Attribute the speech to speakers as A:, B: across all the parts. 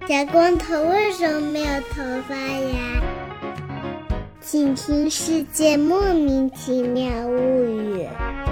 A: 小光头为什么没有头发呀？请听《世界莫名其妙物语》。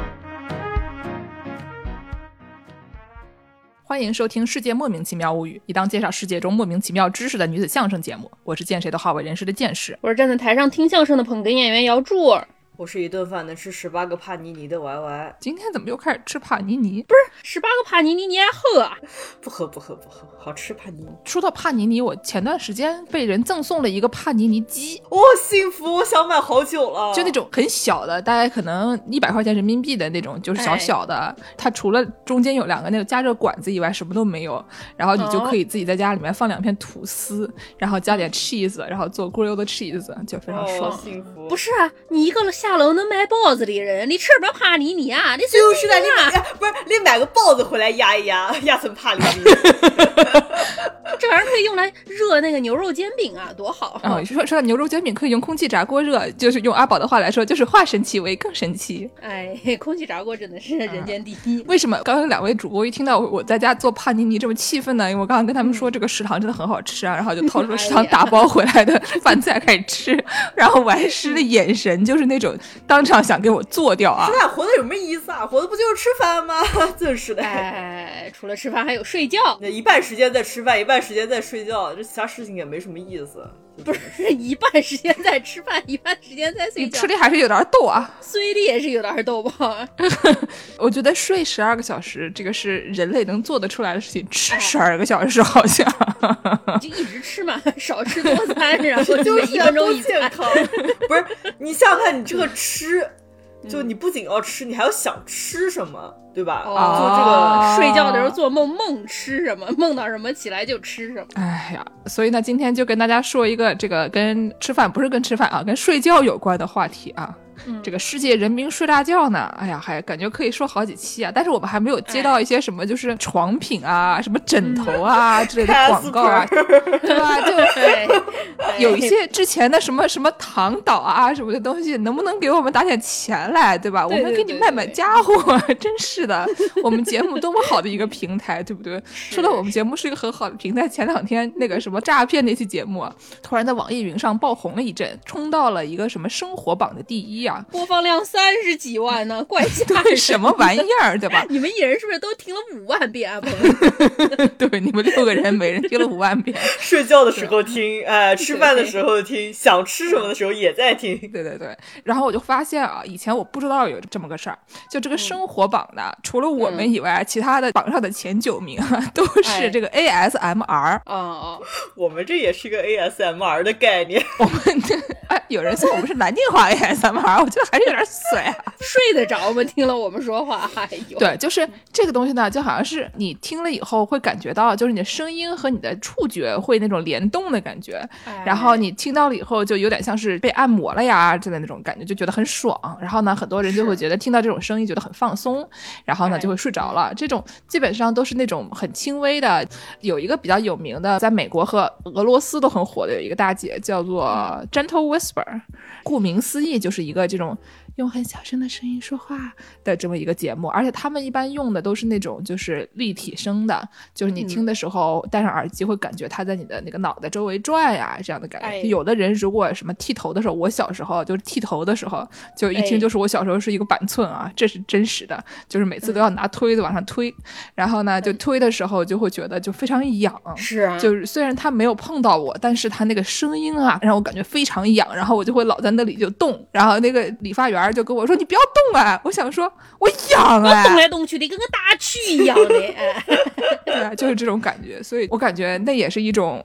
B: 欢迎收听《世界莫名其妙物语》，一档介绍世界中莫名其妙知识的女子相声节目。我是见谁都好为人师的见识，
C: 我是站在台上听相声的捧哏演员姚柱，
D: 我是一顿饭能吃18个帕尼尼的 YY。
B: 今天怎么又开始吃帕尼尼？
C: 不是18个帕尼尼你还喝？
D: 不喝，好吃帕尼尼。
B: 说到帕尼尼，我前段时间被人赠送了一个帕尼尼机，
D: 幸福，我想买好久了。
B: 就那种很小的，大概可能100块钱人民币的那种，就是小小的，它除了中间有2个那个加热管子以外什么都没有，然后你就可以自己在家里面放2片吐司，然后加点 cheese， 然后做 grilled cheese， 就非常爽。
D: 幸福。
C: 不是啊，你一个下楼能买包子的人，你吃不了帕尼尼啊？你
D: 就是的，你买个包子回来压一压，压成帕尼尼。
C: 这玩意儿可以用来热那个牛肉煎饼啊，多好！
B: 说到牛肉煎饼可以用空气炸锅热，就是用阿宝的话来说，就是化神奇为更神奇。
C: 哎，空气炸锅真的是人间第一。
B: 为什么刚刚2位主播一听到我在家做帕尼尼这么气愤呢？因为我刚刚跟他们说这个食堂真的很好吃啊，然后就掏出食堂打包回来的饭菜开始吃，然后完师的眼神就是那种当场想给我做掉啊！
D: 吃饭活的有什么意思啊？活的不就是吃饭吗？真是的。
C: 哎，除了吃饭还有睡觉，
D: 一半时间在吃饭，一半时间在睡觉，这其他事情也没什么意思。
C: 不是一半时间在吃饭，一半时间在睡觉，
B: 你吃的还是有点逗啊，
C: 睡的也是有点逗吧。
B: 我觉得睡12个小时这个是人类能做得出来的事情，吃12个小时好像
C: 就一直吃嘛，少吃多餐，然后就1分钟1餐。
D: 不是，你想想看，你这个吃就你不仅要吃，你还要想吃什么，对吧？就这个
C: 睡觉的时候做梦，梦吃什么，梦到什么起来就吃什么。
B: 哎呀，所以呢，今天就跟大家说一个这个跟吃饭不是跟吃饭啊，跟睡觉有关的话题啊。这个世界人民睡大觉呢，哎呀，还感觉可以说好几期啊，但是我们还没有接到一些什么就是床品啊、什么枕头啊之类的广告啊，对吧？就有一些之前的什么什么躺倒啊什么的东西，能不能给我们打点钱来，对吧？我们给你卖家伙，真是的，我们节目多么好的一个平台，对不对？说到我们节目是一个很好的平台，前2天那个什么诈骗那期节目啊，突然在网易云上爆红了一阵，冲到了一个什么生活榜的第1啊。
C: 播放量30几万呢，怪吓人！
B: 对，什么玩意儿，对吧？
C: 你们一人是不是都听了5万遍啊，朋友？
B: 对，你们6个人每人听了5万遍。
D: 睡觉的时候听，吃饭的时候听，想吃什么的时候也在听。
B: 对。然后我就发现啊，以前我不知道有这么个事儿，就这个生活榜的，除了我们以外，其他的榜上的前9名都是这个 ASMR。
D: 我们这也是一个 ASMR 的概念。
B: 我们有人说我们是南京话 ASMR。我觉得还是有点水啊，
C: 睡得着吗？听了我们说话，哎呦，
B: 对，就是这个东西呢，就好像是你听了以后会感觉到，就是你的声音和你的触觉会那种联动的感觉，然后你听到了以后就有点像是被按摩了呀之类的那种感觉，就觉得很爽。然后呢，很多人就会觉得听到这种声音觉得很放松，然后呢就会睡着了。这种基本上都是那种很轻微的。有一个比较有名的，在美国和俄罗斯都很火的有一个大姐叫做 Gentle Whisper， 顾名思义就是一个这种用很小声的声音说话的这么一个节目，而且他们一般用的都是那种就是立体声的，就是你听的时候戴上耳机会感觉它在你的那个脑袋周围转呀，这样的感觉。有的人如果什么剃头的时候，我小时候就是剃头的时候，就一听就是我小时候是一个板寸啊，这是真实的，就是每次都要拿推子往上推，然后呢就推的时候就会觉得就非常痒，
C: 是啊，
B: 就是虽然它没有碰到我，但是它那个声音啊让我感觉非常痒，然后我就会老在那里就动，然后那个理发员就跟我说你不要动啊，我想说我痒啊，
C: 动来动去的跟个大蛆一样的
B: 对啊，就是这种感觉，所以我感觉那也是一种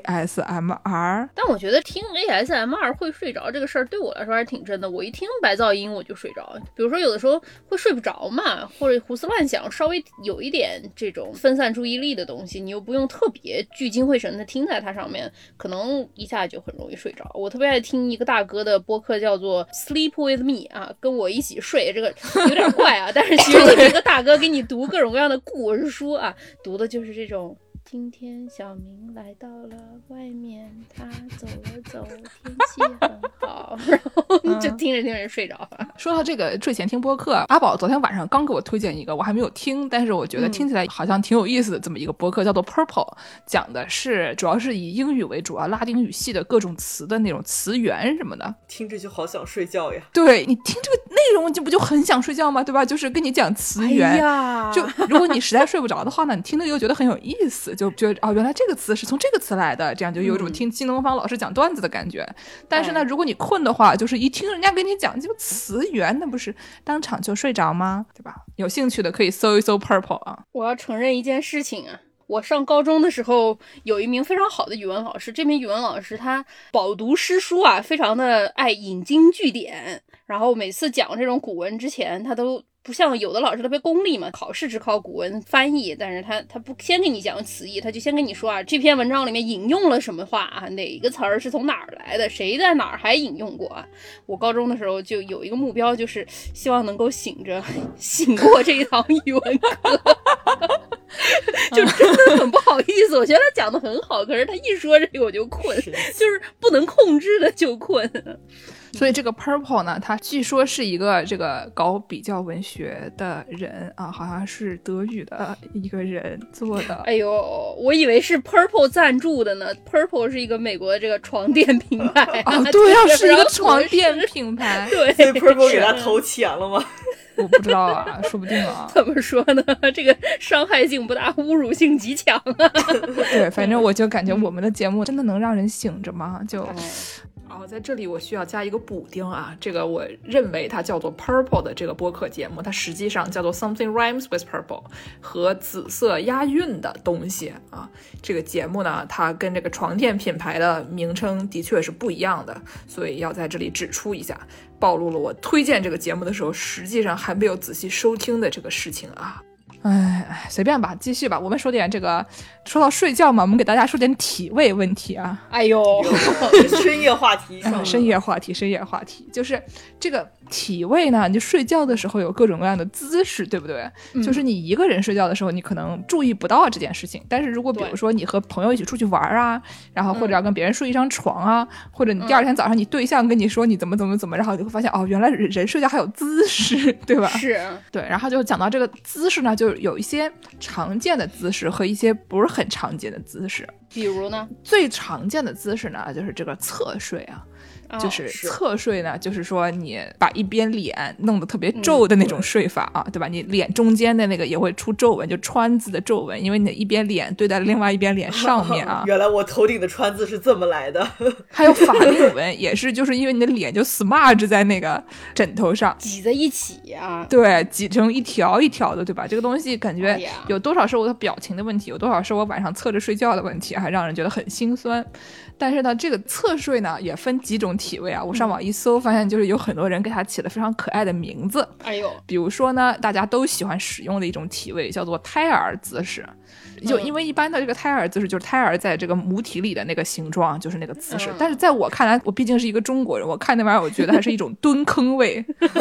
B: ASMR。
C: 但我觉得听 ASMR 会睡着这个事儿对我来说还是挺真的，我一听白噪音我就睡着，比如说有的时候会睡不着嘛，或者胡思乱想，稍微有一点这种分散注意力的东西，你又不用特别聚精会神的听在它上面，可能一下就很容易睡着。我特别爱听一个大哥的播客叫做 Sleep with me 啊，跟我一起睡，这个有点怪啊，但是其实一个大哥给你读各种各样的故事书啊，读的就是这种今天小明来到了外面，他走了走，天气很好，然后你就听着听着睡着了。
B: 说到这个睡前听播客，阿宝昨天晚上刚给我推荐一个，我还没有听，但是我觉得听起来好像挺有意思的这么一个播客，叫做 Purple， 讲的是主要是以英语为主，拉丁语系的各种词的那种词源什么的。
D: 听着就好想睡觉呀。
B: 对，你听这个内容就不就很想睡觉吗？对吧？就是跟你讲词源，就如果你实在睡不着的话呢，你听着又觉得很有意思，就觉得原来这个词是从这个词来的，这样就有一种听新东方老师讲段子的感觉。但是呢，如果你困的话，就是一听人家跟你讲这个词源，那不是当场就睡着吗？对吧？有兴趣的可以搜一搜 Purple 啊。
C: 我要承认一件事情啊，我上高中的时候有一名非常好的语文老师，这名语文老师他饱读诗书啊，非常的爱引经据典，然后每次讲这种古文之前，他都不像有的老师特别功利嘛，考试只考古文翻译，但是他不先给你讲词义，他就先跟你说啊，这篇文章里面引用了什么话啊，哪个词儿是从哪儿来的，谁在哪儿还引用过啊。我高中的时候就有一个目标，就是希望能够醒过这一堂语文课就真的很不好意思，我觉得他讲的很好，可是他一说这个我就困，就是不能控制的就困。
B: 所以这个 Purple 呢，他据说是一个这个搞比较文学的人啊，好像是德语的一个人做的。
C: 哎呦，我以为是 Purple 赞助的呢。Purple 是一个美国的这个床垫品牌
B: 啊，对啊，是一个床垫品牌。
C: 对，
D: 所以 Purple 给他投钱了吗？
B: 我不知道啊，说不定啊。
C: 怎么说呢？这个伤害性不大，侮辱性极强啊。
B: 对，反正我就感觉我们的节目真的能让人醒着吗？就。在这里我需要加一个补丁啊，这个我认为它叫做 Purple 的这个播客节目，它实际上叫做 Something Rhymes with Purple， 和紫色押韵的东西啊。这个节目呢，它跟这个床垫品牌的名称的确是不一样的，所以要在这里指出一下，暴露了我推荐这个节目的时候实际上还没有仔细收听的这个事情啊。随便吧，继续吧。我们说点这个，说到睡觉嘛，我们给大家说点体位问题啊。
C: 哎呦，
D: 深夜话题，
B: 深夜话题，就是这个体位呢，你就睡觉的时候有各种各样的姿势，对不对？就是你一个人睡觉的时候，你可能注意不到这件事情，但是如果比如说你和朋友一起出去玩啊，然后或者要跟别人睡一张床啊，或者你第二天早上你对象跟你说你怎么，然后你会发现原来人睡觉还有姿势，对吧？
C: 是，
B: 对。然后就讲到这个姿势呢，就有一些常见的姿势和一些不是很常见的姿势。
C: 比如呢？
B: 最常见的姿势呢，就是这个侧睡啊。就是侧睡呢，就是说你把一边脸弄得特别皱的那种睡法啊，对吧？你脸中间的那个也会出皱纹，就川字的皱纹，因为你的一边脸对在另外一边脸上面啊。
D: 原来我头顶的川字是这么来的。
B: 还有法令纹，也是就是因为你的脸就 smudge 在那个枕头上，
C: 挤在一起啊。
B: 对，挤成一条一条的，对吧？这个东西感觉有多少是我的表情的问题，有多少是我晚上侧着睡觉的问题，还让人觉得很心酸。但是呢，这个侧睡呢也分几种体位啊。我上网一搜，发现就是有很多人给它起了非常可爱的名字。
C: 哎呦，
B: 比如说呢，大家都喜欢使用的一种体位叫做胎儿姿势。就因为一般的这个胎儿姿势就是胎儿在这个母体里的那个形状，就是那个姿势。但是在我看来，我毕竟是一个中国人，我看那玩意儿，我觉得它是一种蹲坑位。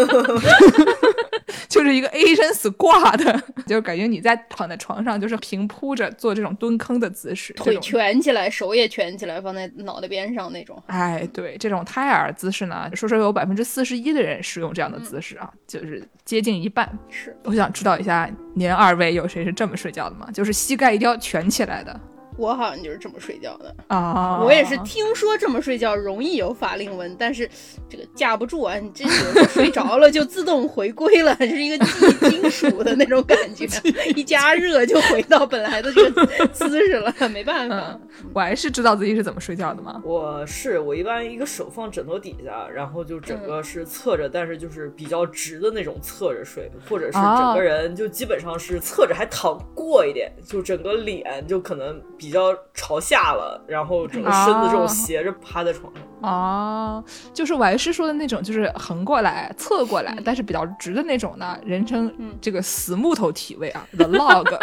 B: 就是一个 Asian squat， 就感觉你在躺在床上，就是平铺着做这种蹲坑的姿势，
C: 腿蜷起来，手也蜷起来，放在脑袋边上那种。
B: 哎，对，这种胎儿姿势呢，说有41%的人使用这样的姿势啊，就是接近一半。
C: 是，
B: 我想知道一下，您二位有谁是这么睡觉的吗？就是膝盖一定要蜷起来的。
C: 我好像就是这么睡觉的
B: 啊，
C: 我也是听说这么睡觉容易有法令纹，但是这个架不住啊，你这有时候睡着了就自动回归了，是一个记忆金属的那种感觉，一加热就回到本来的这个姿势了，没办法。
B: 我还是知道自己是怎么睡觉的吗？
D: 我一般一个手放枕头底下，然后就整个是侧着，但是就是比较直的那种侧着睡，或者是整个人就基本上是侧着还躺过一点，就整个脸就可能比较朝下了，然后整个身子这种斜着趴在床上。
B: 就是我还是说的那种，就是横过来、侧过来，但是比较直的那种呢，人称这个死木头体位啊 ，the log。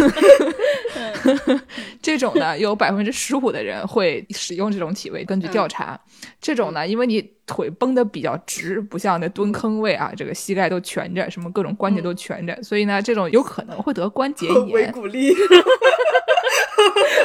B: 这种呢，有15%的人会使用这种体位。根据调查，这种呢，因为你腿绷得比较直，不像那蹲坑位啊，这个膝盖都蜷着，什么各种关节都蜷着，所以呢，这种有可能会得关节炎。
D: 维骨力。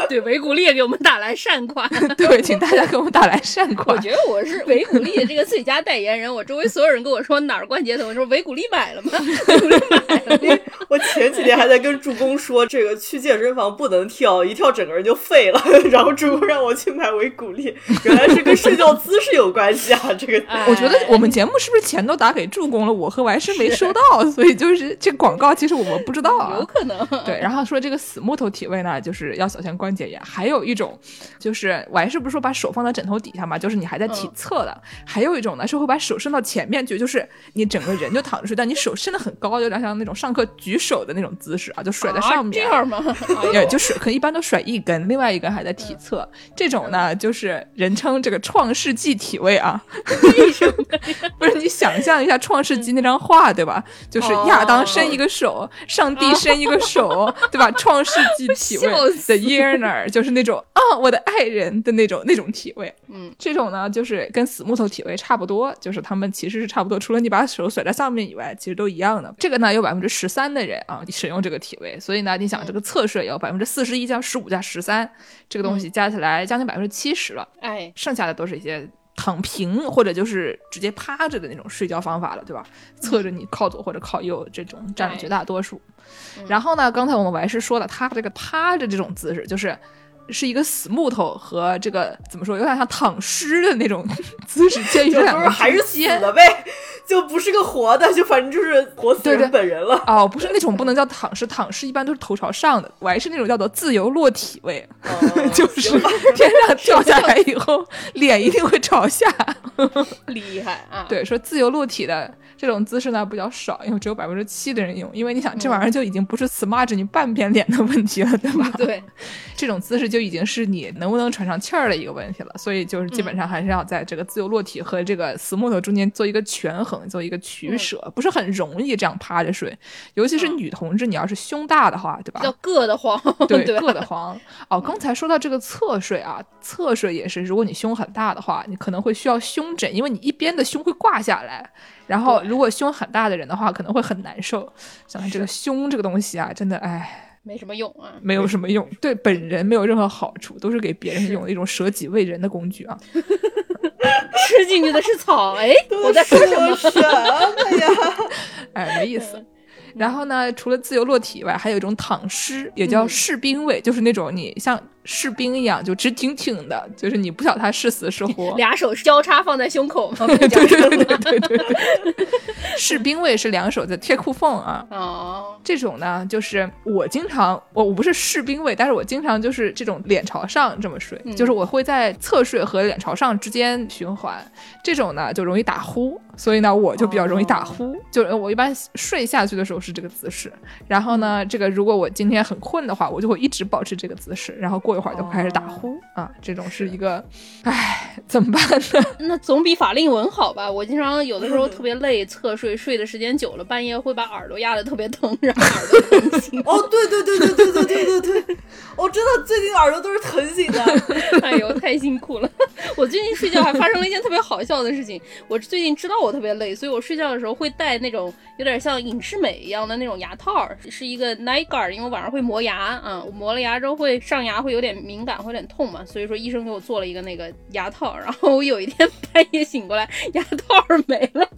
C: 对，维古利给我们打来善款。
B: 对，请大家给我们打来善款。
C: 我觉得我是维古利的这个最佳代言人，我周围所有人跟我说哪儿关节疼，我说维古利买了吗？维古利买了。
D: 我前几天还在跟助攻说，这个去健身房不能跳，一跳整个人就废了。然后助攻让我去买维古利，原来是跟睡觉姿势有关系啊！这个，
B: 我觉得我们节目是不是钱都打给助攻了，我和王师没收到，所以就是这广告其实我们不知道啊。
C: 有可能。
B: 对，然后说这个死木头体位呢，就是要小心关节炎。还有一种就是王师不是说把手放到枕头底下嘛，就是你还在体侧的。还有一种呢是会把手伸到前面去，就是你整个人就躺着睡，但你手伸得很高，有点像那种上课举手的那种姿势啊，就甩在上面。
C: 这样吗？
B: 就是可能一般都甩一根，另外一根还在体侧。这种呢就是人称这个创世纪体位啊。
C: 为什么？
B: 不是，你想象一下创世纪那张画对吧，就是亚当伸一个手，上帝伸一个手，对吧？创世纪体位的 Yearner 就是那种我的爱人的那种体位。这种呢就是跟死木头体位差不多，就是他们其实是差不多，除了你把手甩在上面以外其实都一样的。这个呢有 13% 的人啊使用这个体位，所以呢你想这个侧睡有 41加15加13，这个东西加起来将近 70% 了。剩下的都是一些躺平或者就是直接趴着的那种睡觉方法了，对吧？侧着你靠左或者靠右，这种占了绝大多数。然后呢刚才我们王师说了，他这个趴着这种姿势是一个死木头和这个怎么说有点像躺尸的那种姿势介于这两个
D: 还是死的呗，就不是个活的，就反正就是活死人本人了。
B: 不是那种不能叫躺尸，躺尸一般都是头朝上的，我还是那种叫做自由落体位，就是天上掉下来以后脸一定会朝下。
C: 厉害啊！
B: 对，说自由落体的这种姿势呢比较少，因为只有 7% 的人用，因为你想这玩意儿就已经不是 smudge 你半边脸的问题了，对吧？
C: 对，
B: 这种姿势就已经是你能不能喘上气儿的一个问题了，所以就是基本上还是要在这个自由落体和这个死木头中间做一个权衡，做一个取舍，不是很容易这样趴着睡，尤其是女同志，你要是胸大的话，对吧？
C: 叫硌得慌。
B: 对，硌得慌。刚才说到这个侧睡啊，侧睡也是，如果你胸很大的话，你可能会需要胸枕，因为你一边的胸会挂下来，然后如果胸很大的人的话可能会很难受。想看这个胸这个东西啊，真的
C: 没什么用啊，
B: 没有什么用，对本人没有任何好处，都是给别人用的一种舍己为人的工具啊。
C: 吃进去的是草，我在说什么
B: 呀？没意思。然后呢除了自由落体以外，还有一种躺尸，也叫士兵位，就是那种你像士兵一样就直挺挺的，就是你不晓得他是死是活，
C: 俩手交叉放在胸口吗？
B: 对，士兵位是两手在贴裤缝啊。这种呢就是我经常我不是士兵位，但是我经常就是这种脸朝上这么睡，就是我会在侧睡和脸朝上之间循环，这种呢就容易打呼，所以呢我就比较容易打呼，就我一般睡下去的时候是这个姿势，然后呢这个如果我今天很困的话，我就会一直保持这个姿势，然后过一会儿就开始打呼啊，这种是一个怎么办呢？
C: 那总比法令纹好吧。我经常有的时候特别累，侧睡睡的时间久了，半夜会把耳朵压得特别疼，然后耳朵疼醒。
D: 对，我真的最近耳朵都是疼醒的。
C: 哎呦太辛苦了。我最近睡觉还发生了一件特别好笑的事情，我最近知道我特别累，所以我睡觉的时候会戴那种有点像隐适美一样的那种牙套，是一个 night guard， 因为我晚上会磨牙我磨了牙之后会上牙会有点敏感，会有点痛嘛，所以说医生给我做了一个那个牙套，然后我有一天半夜醒过来牙套没了。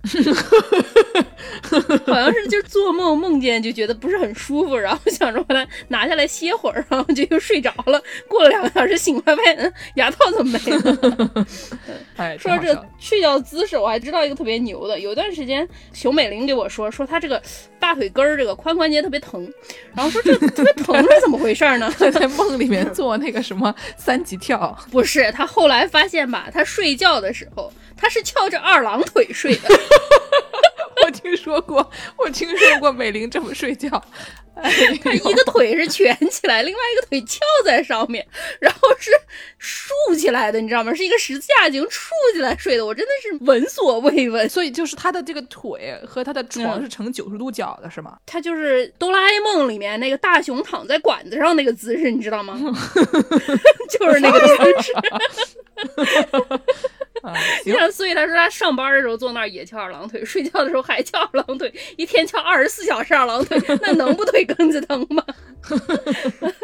C: 好像是就做梦见就觉得不是很舒服，然后想着把它拿下来歇会儿，然后就又睡着了，过了2个小时醒过来发现牙套怎么没了。说这睡觉姿势我还知道一个特别牛的，有一段时间熊美玲给我说她这个大腿根儿这个髋关节特别疼，然后说这特别疼是怎么回事呢？
B: 在梦里面做那个什么3级跳，
C: 不是，她后来发现吧，她睡觉的时候她是翘着2郎腿睡的。
B: 我听说过美玲这么睡觉，
C: 她一个腿是蜷起来，另外一个腿翘在上面，然后是竖起来的，你知道吗？是一个十字架形竖起来睡的，我真的是闻所未闻。
B: 所以就是她的这个腿和她的床是成90度角的，是吗？
C: 她就是哆啦 A 梦里面那个大雄躺在管子上那个姿势，你知道吗？就是那个姿势。所以他说他上班的时候坐那儿也翘2郎腿，睡觉的时候还翘2郎腿，一天翘24小时2郎腿，那能不腿根子疼吗？非常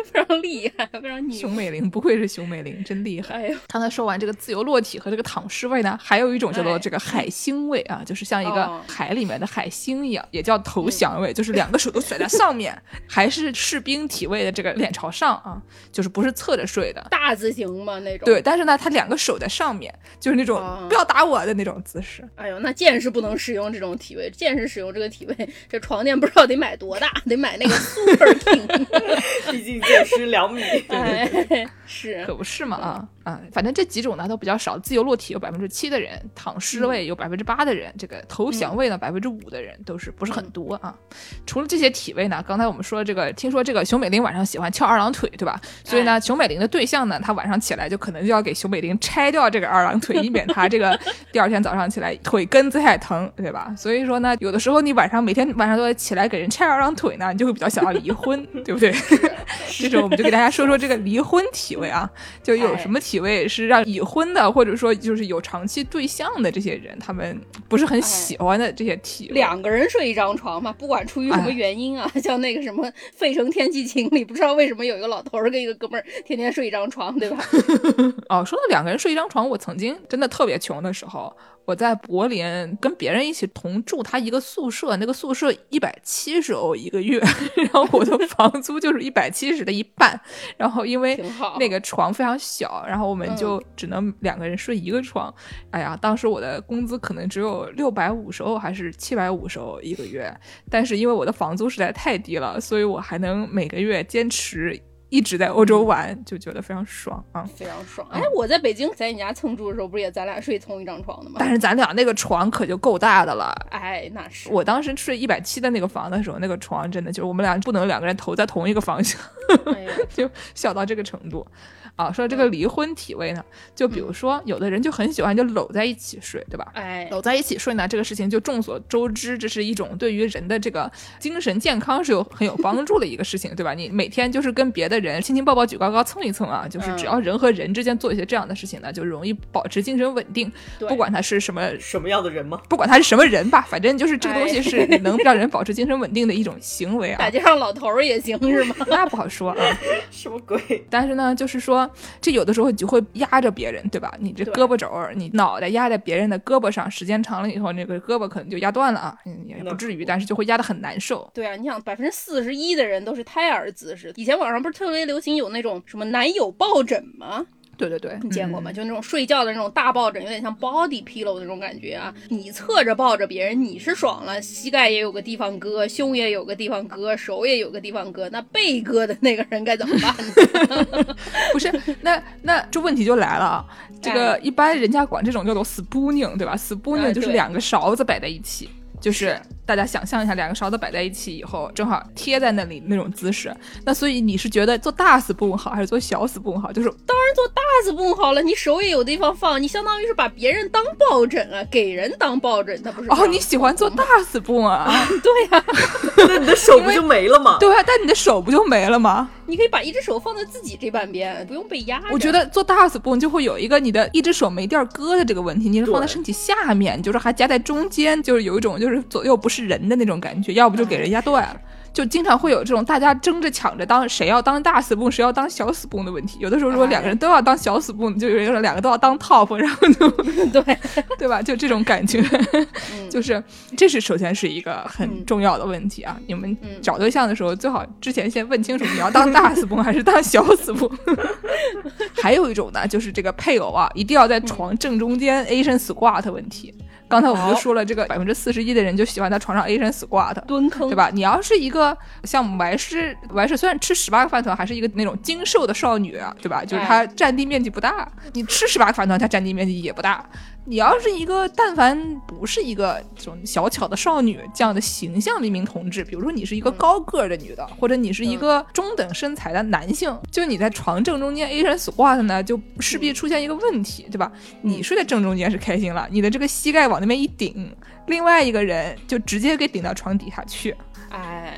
C: 厉害，非常牛。
B: 熊美玲不愧是熊美玲，真厉害。
C: 哎呦，
B: 刚才说完这个自由落体和这个躺尸味呢，还有一种叫做这个海星味啊，就是像一个海里面的海星一样，也叫投降味，就是两个手都甩在上面，还是士兵体位的这个脸朝上啊，就是不是侧着睡的
C: 大字型嘛那种。
B: 对，但是呢，他两个手在上面，就是那种不要打我的那种姿势。
C: 哎呦，那剑士不能使用这种体位，剑士使用这个体位，这床垫不知道得买多大，得买那个 super king，
D: 毕竟剑师2米。
C: 哎，是，
B: 可不是嘛反正这几种呢都比较少，自由落体有7%的人，躺尸位有8%的人，这个投降位呢5%的人都是不是很多啊。除了这些体位呢，刚才我们说这个，听说这个熊美玲晚上喜欢翘二郎腿，对吧？所以呢，熊美玲的对象呢，他晚上起来就可能就要给熊美玲拆掉这个二郎腿，以免他这个第二天早上起来腿根子还疼，对吧？所以说呢，有的时候你每天晚上都要起来给人拆二郎腿呢，你就会比较想要离婚，对不对？这时候我们就给大家说说这个离婚体位啊，就有什么体位是让已婚的或者说就是有长期对象的这些人他们不是很喜欢的这些体位。
C: 2个人睡一张床嘛，不管出于什么原因啊，像那个什么《费城天气情》里不知道为什么有一个老头跟一个哥们儿天天睡一张床，对吧？
B: 说到2个人睡一张床，我曾经真的特别穷的时候，我在柏林跟别人一起同住他一个宿舍，那个宿舍170欧一个月，然后我的房租就是170的一半，然后因为那个床非常小，然后我们就只能2个人睡一个床。哎呀，当时我的工资可能只有650欧还是750欧一个月，但是因为我的房租实在太低了，所以我还能每个月坚持一直在欧洲玩，就觉得非常爽啊，
C: 非常爽。哎，我在北京在你家蹭住的时候，不是也咱俩睡同一张床的吗？
B: 但是咱俩那个床可就够大的了。
C: 哎，那是。
B: 我当时睡170的那个房的时候，那个床真的就是我们俩不能2个人投在同一个方向，就小到这个程度。说这个离婚体位呢，就比如说有的人就很喜欢就搂在一起睡，对吧？搂在一起睡呢，这个事情就众所周知，这是一种对于人的这个精神健康是很有帮助的一个事情，对吧？你每天就是跟别的人亲亲抱抱举高高蹭一蹭啊，就是只要人和人之间做一些这样的事情呢，就容易保持精神稳定。不管他是什么
D: 样的人吗？
B: 不管他是什么人吧，反正就是这个东西是能让人保持精神稳定的一种行为啊。
C: 大街上老头也行是吗？
B: 那不好说啊。
D: 什么鬼？
B: 但是呢，就是说这有的时候你就会压着别人，对吧？你这胳膊肘你脑袋压在别人的胳膊上，时间长了以后，那个胳膊可能就压断了啊，也不至于，但是就会压得很难受。
C: 对啊，你想41%的人都是胎儿姿势。以前网上不是特别流行有那种什么男友抱枕吗？
B: 对对对，
C: 你见过吗？就那种睡觉的那种大抱枕，有点像 body pillow 那种感觉啊。你侧着抱着别人，你是爽了，膝盖也有个地方搁，胸也有个地方搁，手也有个地方搁，那背搁的那个人该怎么办呢？
B: 不是，那这问题就来了啊。这个一般人家管这种叫做 spooning， 对吧？spooning 就是2个勺子摆在一起。就是大家想象一下2个勺子摆在一起以后正好贴在那里那种姿势，那所以你是觉得做大 spoon 好还是做小 spoon 好？就是
C: 当然做大 spoon 好了，你手也有地方放，你相当于是把别人当抱枕啊，给人当抱枕，他不是
B: 你喜欢做大 spoon 啊？
C: 对啊，
D: 那你的手不就没了吗？
B: 对啊，但你的手不就没了吗？
C: 你可以把一只手放在自己这半边，不用被压着。
B: 我觉得做大 spoon 就会有一个你的一只手没地儿搁的这个问题，你是放在身体下面，就是还夹在中间，就是有一种就是左右不是人的那种感觉，要不就给人压断了。就经常会有这种大家争着抢着当谁要当大 spoon 谁要当小 spoon 的问题。有的时候如果2个人都要当小 spoon，就有人2个都要当 top， 然后就对吧？就这种感觉，就是这是首先是一个很重要的问题啊。你们找对象的时候最好之前先问清楚你要当大 spoon 还是当小 spoon。还有一种呢，就是这个配偶啊一定要在床正中间 Asian squat 问题。刚才我们就说了，这个41%的人就喜欢在床上 Asian squat
C: 蹲坑，
B: 对吧？你要是一个像我们白氏虽然吃18个饭团，还是一个那种精瘦的少女啊，对吧？就是她占地面积不大，你吃18个饭团，她占地面积也不大。你要是一个但凡不是一个这种小巧的少女这样的形象的一名同志，比如说你是一个高个的女的，或者你是一个中等身材的男性，就你在床正中间 Asian squat 呢，就势必出现一个问题，对吧？你睡在正中间是开心了，你的这个膝盖往那边一顶，另外一个人就直接给顶到床底下去。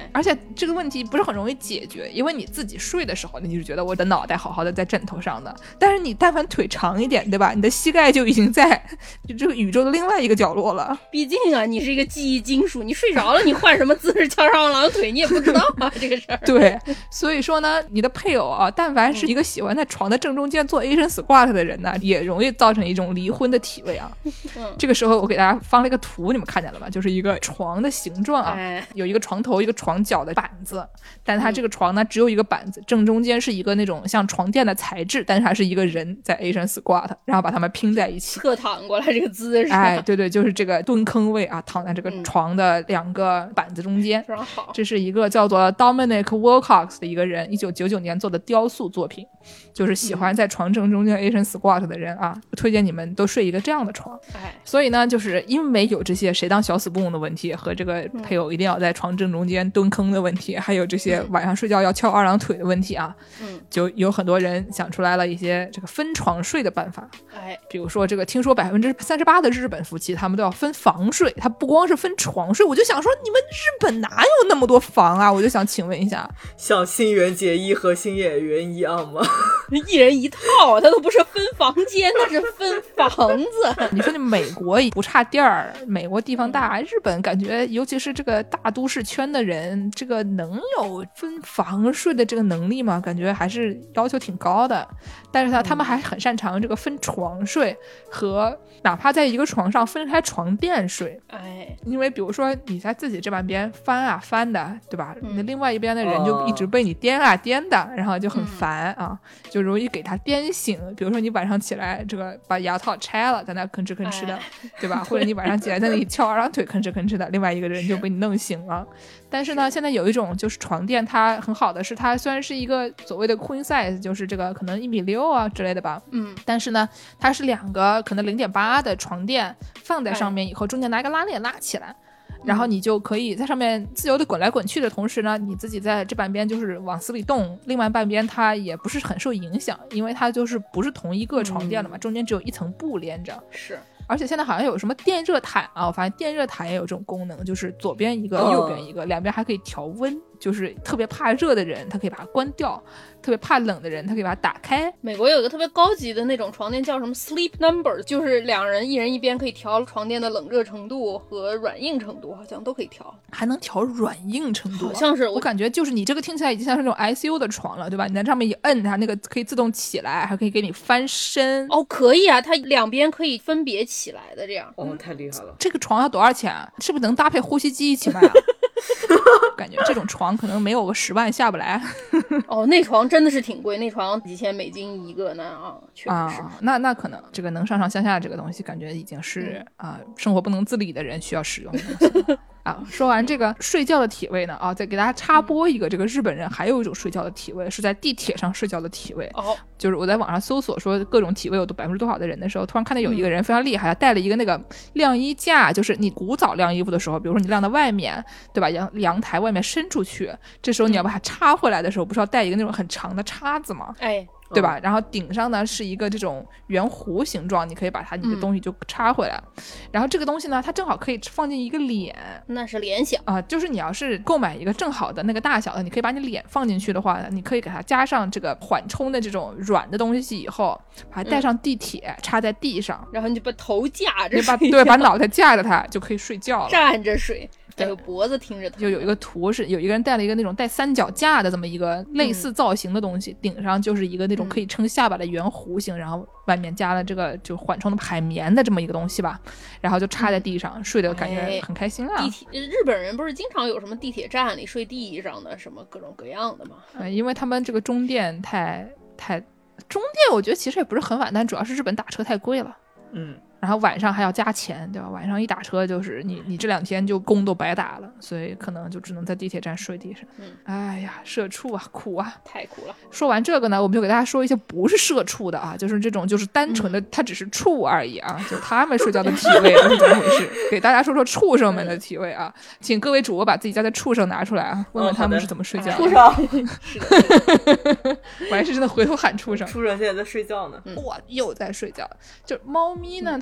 B: 而且这个问题不是很容易解决，因为你自己睡的时候你就觉得我的脑袋好好的在枕头上的，但是你但凡腿长一点，对吧，你的膝盖就已经在就这个宇宙的另外一个角落了。
C: 毕竟啊你是一个记忆金属，你睡着了你换什么姿势翘上二郎腿你也不知道啊这个事儿。
B: 对，所以说呢你的配偶啊，但凡是一个喜欢在床的正中间做 Asian squat 的人呢，也容易造成一种离婚的体位啊。这个时候我给大家放了一个图，你们看见了吗？就是一个床的形状啊，有一个床头一个床脚的板子，但它这个床呢只有一个板子，正中间是一个那种像床垫的材质，但是它是一个人在 Asian squat， 然后把它们拼在一起，
C: 侧躺过来这个姿势。
B: 哎，对对，就是这个蹲坑位啊，躺在这个床的两个板子中间。
C: 非常好。
B: 这是一个叫做 Dominic Wilcox 的一个人1999年做的雕塑作品，就是喜欢在床正中间 Asian squat 的人啊，推荐你们都睡一个这样的床。所以呢就是因为有这些谁当小死布的问题，和这个配偶一定要在床正中间蹲坑的问题，还有这些晚上睡觉要翘二郎腿的问题啊，就有很多人想出来了一些这个分床睡的办法。比如说这个听说38%的日本夫妻他们都要分房睡，他不光是分床睡，我就想说你们日本哪有那么多房啊，我就想请问一下，
D: 像新垣结衣和新演员一样吗？
C: 一人一套，他都不是分房间，那是分房子。
B: 你说你美国不差地儿，美国地方大，日本感觉尤其是这个大都市圈的人，这个能有分房睡的这个能力吗？感觉还是要求挺高的。但是他们还很擅长这个分床睡和哪怕在一个床上分开床垫睡。因为比如说你在自己这半边翻啊翻的，对吧？你的另外一边的人就一直被你颠啊颠的，然后就很烦啊，就容易给他颠醒。比如说你晚上起来这个把牙套拆了，在那吭哧吭哧的，对吧？或者你晚上起来在那里翘二郎腿吭哧吭哧的，另外一个人就被你弄醒了。但是呢现在有一种就是床垫，它很好的是它虽然是一个所谓的 queen size， 就是这个可能1.6米啊之类的吧，但是呢它是两个可能0.8的床垫放在上面以后，中间拿一个拉链拉起来，然后你就可以在上面自由的滚来滚去的同时呢，你自己在这半边就是往死里动，另外半边它也不是很受影响，因为它就是不是同一个床垫了嘛，中间只有一层布连着。
C: 是。
B: 而且现在好像有什么电热毯啊，我发现电热毯也有这种功能，就是左边一个右边一个，两边还可以调温，就是特别怕热的人他可以把它关掉，特别怕冷的人他可以把它打开。
C: 美国有一个特别高级的那种床垫叫什么 sleep number， 就是两人一人一边可以调床垫的冷热程度和软硬程度，好像都可以调。
B: 还能调软硬程度？
C: 好像是。
B: 我感觉就是你这个听起来已经像是那种 ICU 的床了，对吧？你在上面一摁它那个可以自动起来，还可以给你翻身。
C: 可以啊，它两边可以分别起来的这样。
D: 太厉害了。
B: 这个床要多少钱啊？是不是能搭配呼吸机一起卖啊？感觉这种床可能没有个10万下不来。
C: 那床真的是挺贵，那床几千美金一个呢啊，确实是。
B: 那可能这个能上上下下这个东西，感觉已经是生活不能自理的人需要使用的东西。说完这个睡觉的体位呢，再给大家插播一个，这个日本人还有一种睡觉的体位是在地铁上睡觉的体位。就是我在网上搜索说各种体位有多少的人的时候，突然看到有一个人非常厉害，他带了一个那个晾衣架，就是你古早晾衣服的时候，比如说你晾到外面，对吧，阳台外面伸出去，这时候你要把它插回来的时候，不是要带一个那种很长的叉子吗？对吧？然后顶上呢是一个这种圆弧形状，你可以把你的东西就插回来。然后这个东西呢，它正好可以放进一个脸，那
C: 是脸小
B: 就是你要是购买一个正好的那个大小的，你可以把你脸放进去的话，你可以给它加上这个缓冲的这种软的东西以后，把它带上地铁，插在地上，
C: 然后你就把头架着睡，
B: 把脑袋架着它就可以睡觉了，
C: 站着睡。还有脖子听着疼。
B: 就有一个图是有一个人带了一个那种带三脚架的这么一个类似造型的东西，顶上就是一个那种可以撑下巴的圆弧形，然后外面加了这个就缓冲的海绵的这么一个东西吧，然后就插在地上，睡的感觉很开心啊。
C: 日本人不是经常有什么地铁站里睡地上的什么各种各样的吗？
B: 因为他们这个中电中电我觉得其实也不是很晚，但主要是日本打车太贵了。然后晚上还要加钱，对吧？晚上一打车就是你这2天就工都白打了，所以可能就只能在地铁站睡地上。哎呀，社畜啊，苦啊，
C: 太苦了。
B: 说完这个呢，我们就给大家说一些不是社畜的啊，就是这种就是单纯的他只是畜而已啊，就他们睡觉的体位是怎么回事？给大家说说畜生们的体位啊，请各位主播把自己家的畜生拿出来啊，问问他们是怎么睡觉的。
D: 畜生，是的，
B: 我还是真的回头喊畜生。
D: 畜生现在在睡觉呢。
B: 哇，又在睡觉。就猫咪呢，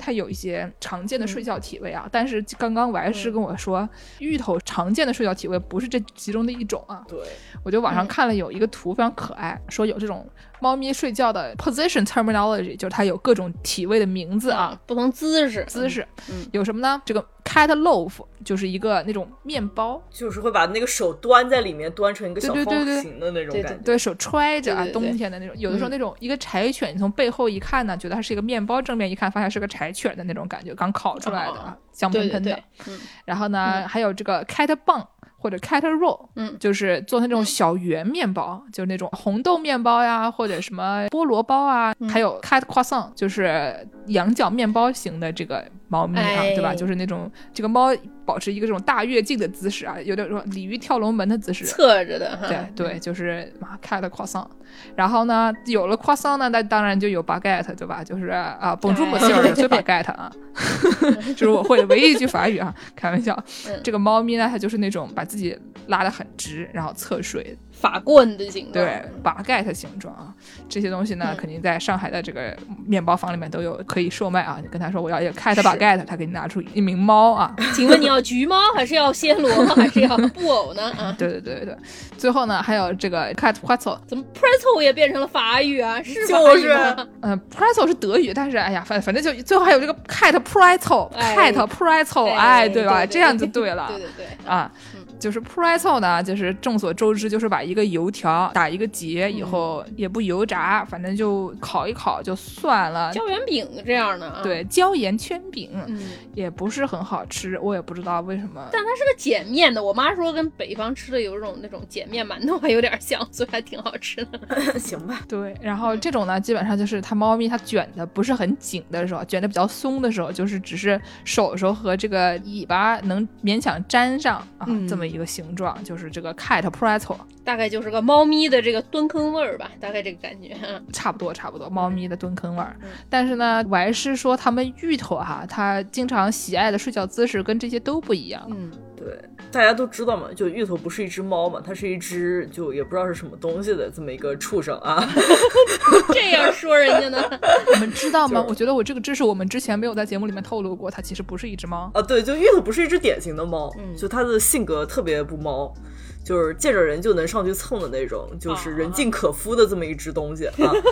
B: 它有一些常见的睡觉体位啊，但是刚刚我还是跟我说，芋头常见的睡觉体位不是这其中的一种啊。
D: 对，
B: 我就网上看了有一个图非常可爱，说有这种猫咪睡觉的 position terminology， 就是它有各种体位的名字啊，
C: 不同姿势，
B: 有什么呢？这个 cat loaf 就是一个那种面包，
D: 就是会把那个手端在里面，端成一个小方形的那种感觉，
B: 对，手揣着啊，冬天的那种。有的时候那种一个柴犬，你从背后一看呢，觉得它是一个面包，正面一看发现是个柴犬的那种感觉，刚烤出来的，香喷喷的。然后呢，还有这个 cat bun。或者 cat roll， 就是做那种小圆面包，就是那种红豆面包呀，或者什么菠萝包啊，还有 cat croissant， 就是羊角面包型的这个猫咪啊，对吧？就是那种这个猫保持一个这种大跃进的姿势啊，有点说鲤鱼跳龙门的姿势，
C: 侧着的，
B: 对，就是cat croissant。然后呢，有了 croissant 呢，那当然就有 baguette， 对吧？就是bonjour monsieur， 所以 baguette 啊，这是我会的唯一一句法语啊，开玩笑。这个猫咪呢，它就是那种把自己拉得很直，然后侧睡。
C: 法棍的形状，
B: 对，baguette 形状啊，这些东西呢，肯定在上海的这个面包房里面都有可以售卖啊。你跟他说我要一个 cat baguette， 他给你拿出一名猫啊。
C: 请问你要橘猫还是要暹罗还是要布偶呢？啊，
B: 对。最后呢，还有这个 cat pretzel，
C: 怎么 pretzel 也变成了法语啊？是法语吗
B: ？pretzel 是德语，但是哎呀，反正就最后还有这个 cat pretzel，cat pretzel， 哎，对吧？这样就对了。
C: 对
B: 啊。就是 pretzel 呢，就是众所周知，就是把一个油条打一个结以后，也不油炸，反正就烤一烤就算了。
C: 椒盐饼这样的啊？
B: 对，椒盐圈饼，也不是很好吃，我也不知道为什么。
C: 但它是个碱面的，我妈说跟北方吃的有一种那种碱面馒头还有点像，所以还挺好吃的。
D: 行吧。
B: 对，然后这种呢，基本上就是它猫咪它卷的不是很紧的时候，卷的比较松的时候，就是只是手和这个尾巴能勉强粘上啊，这么一个形状，就是这个 cat pretzel，
C: 大概就是个猫咪的这个蹲坑味儿吧，大概这个感觉。
B: 差不多，猫咪的蹲坑味儿。但是呢，我还是说他们芋头哈，它经常喜爱的睡觉姿势跟这些都不一样。
D: 对，大家都知道嘛，就芋头不是一只猫嘛，它是一只就也不知道是什么东西的这么一个畜生啊。
C: 这样说人家呢？
B: 你们知道吗？我觉得我这个知识我们之前没有在节目里面透露过，它其实不是一只猫
D: 啊。对，就芋头不是一只典型的猫，就它的性格特别不猫。就是见着人就能上去蹭的那种，就是人尽可夫的这么一只东西啊。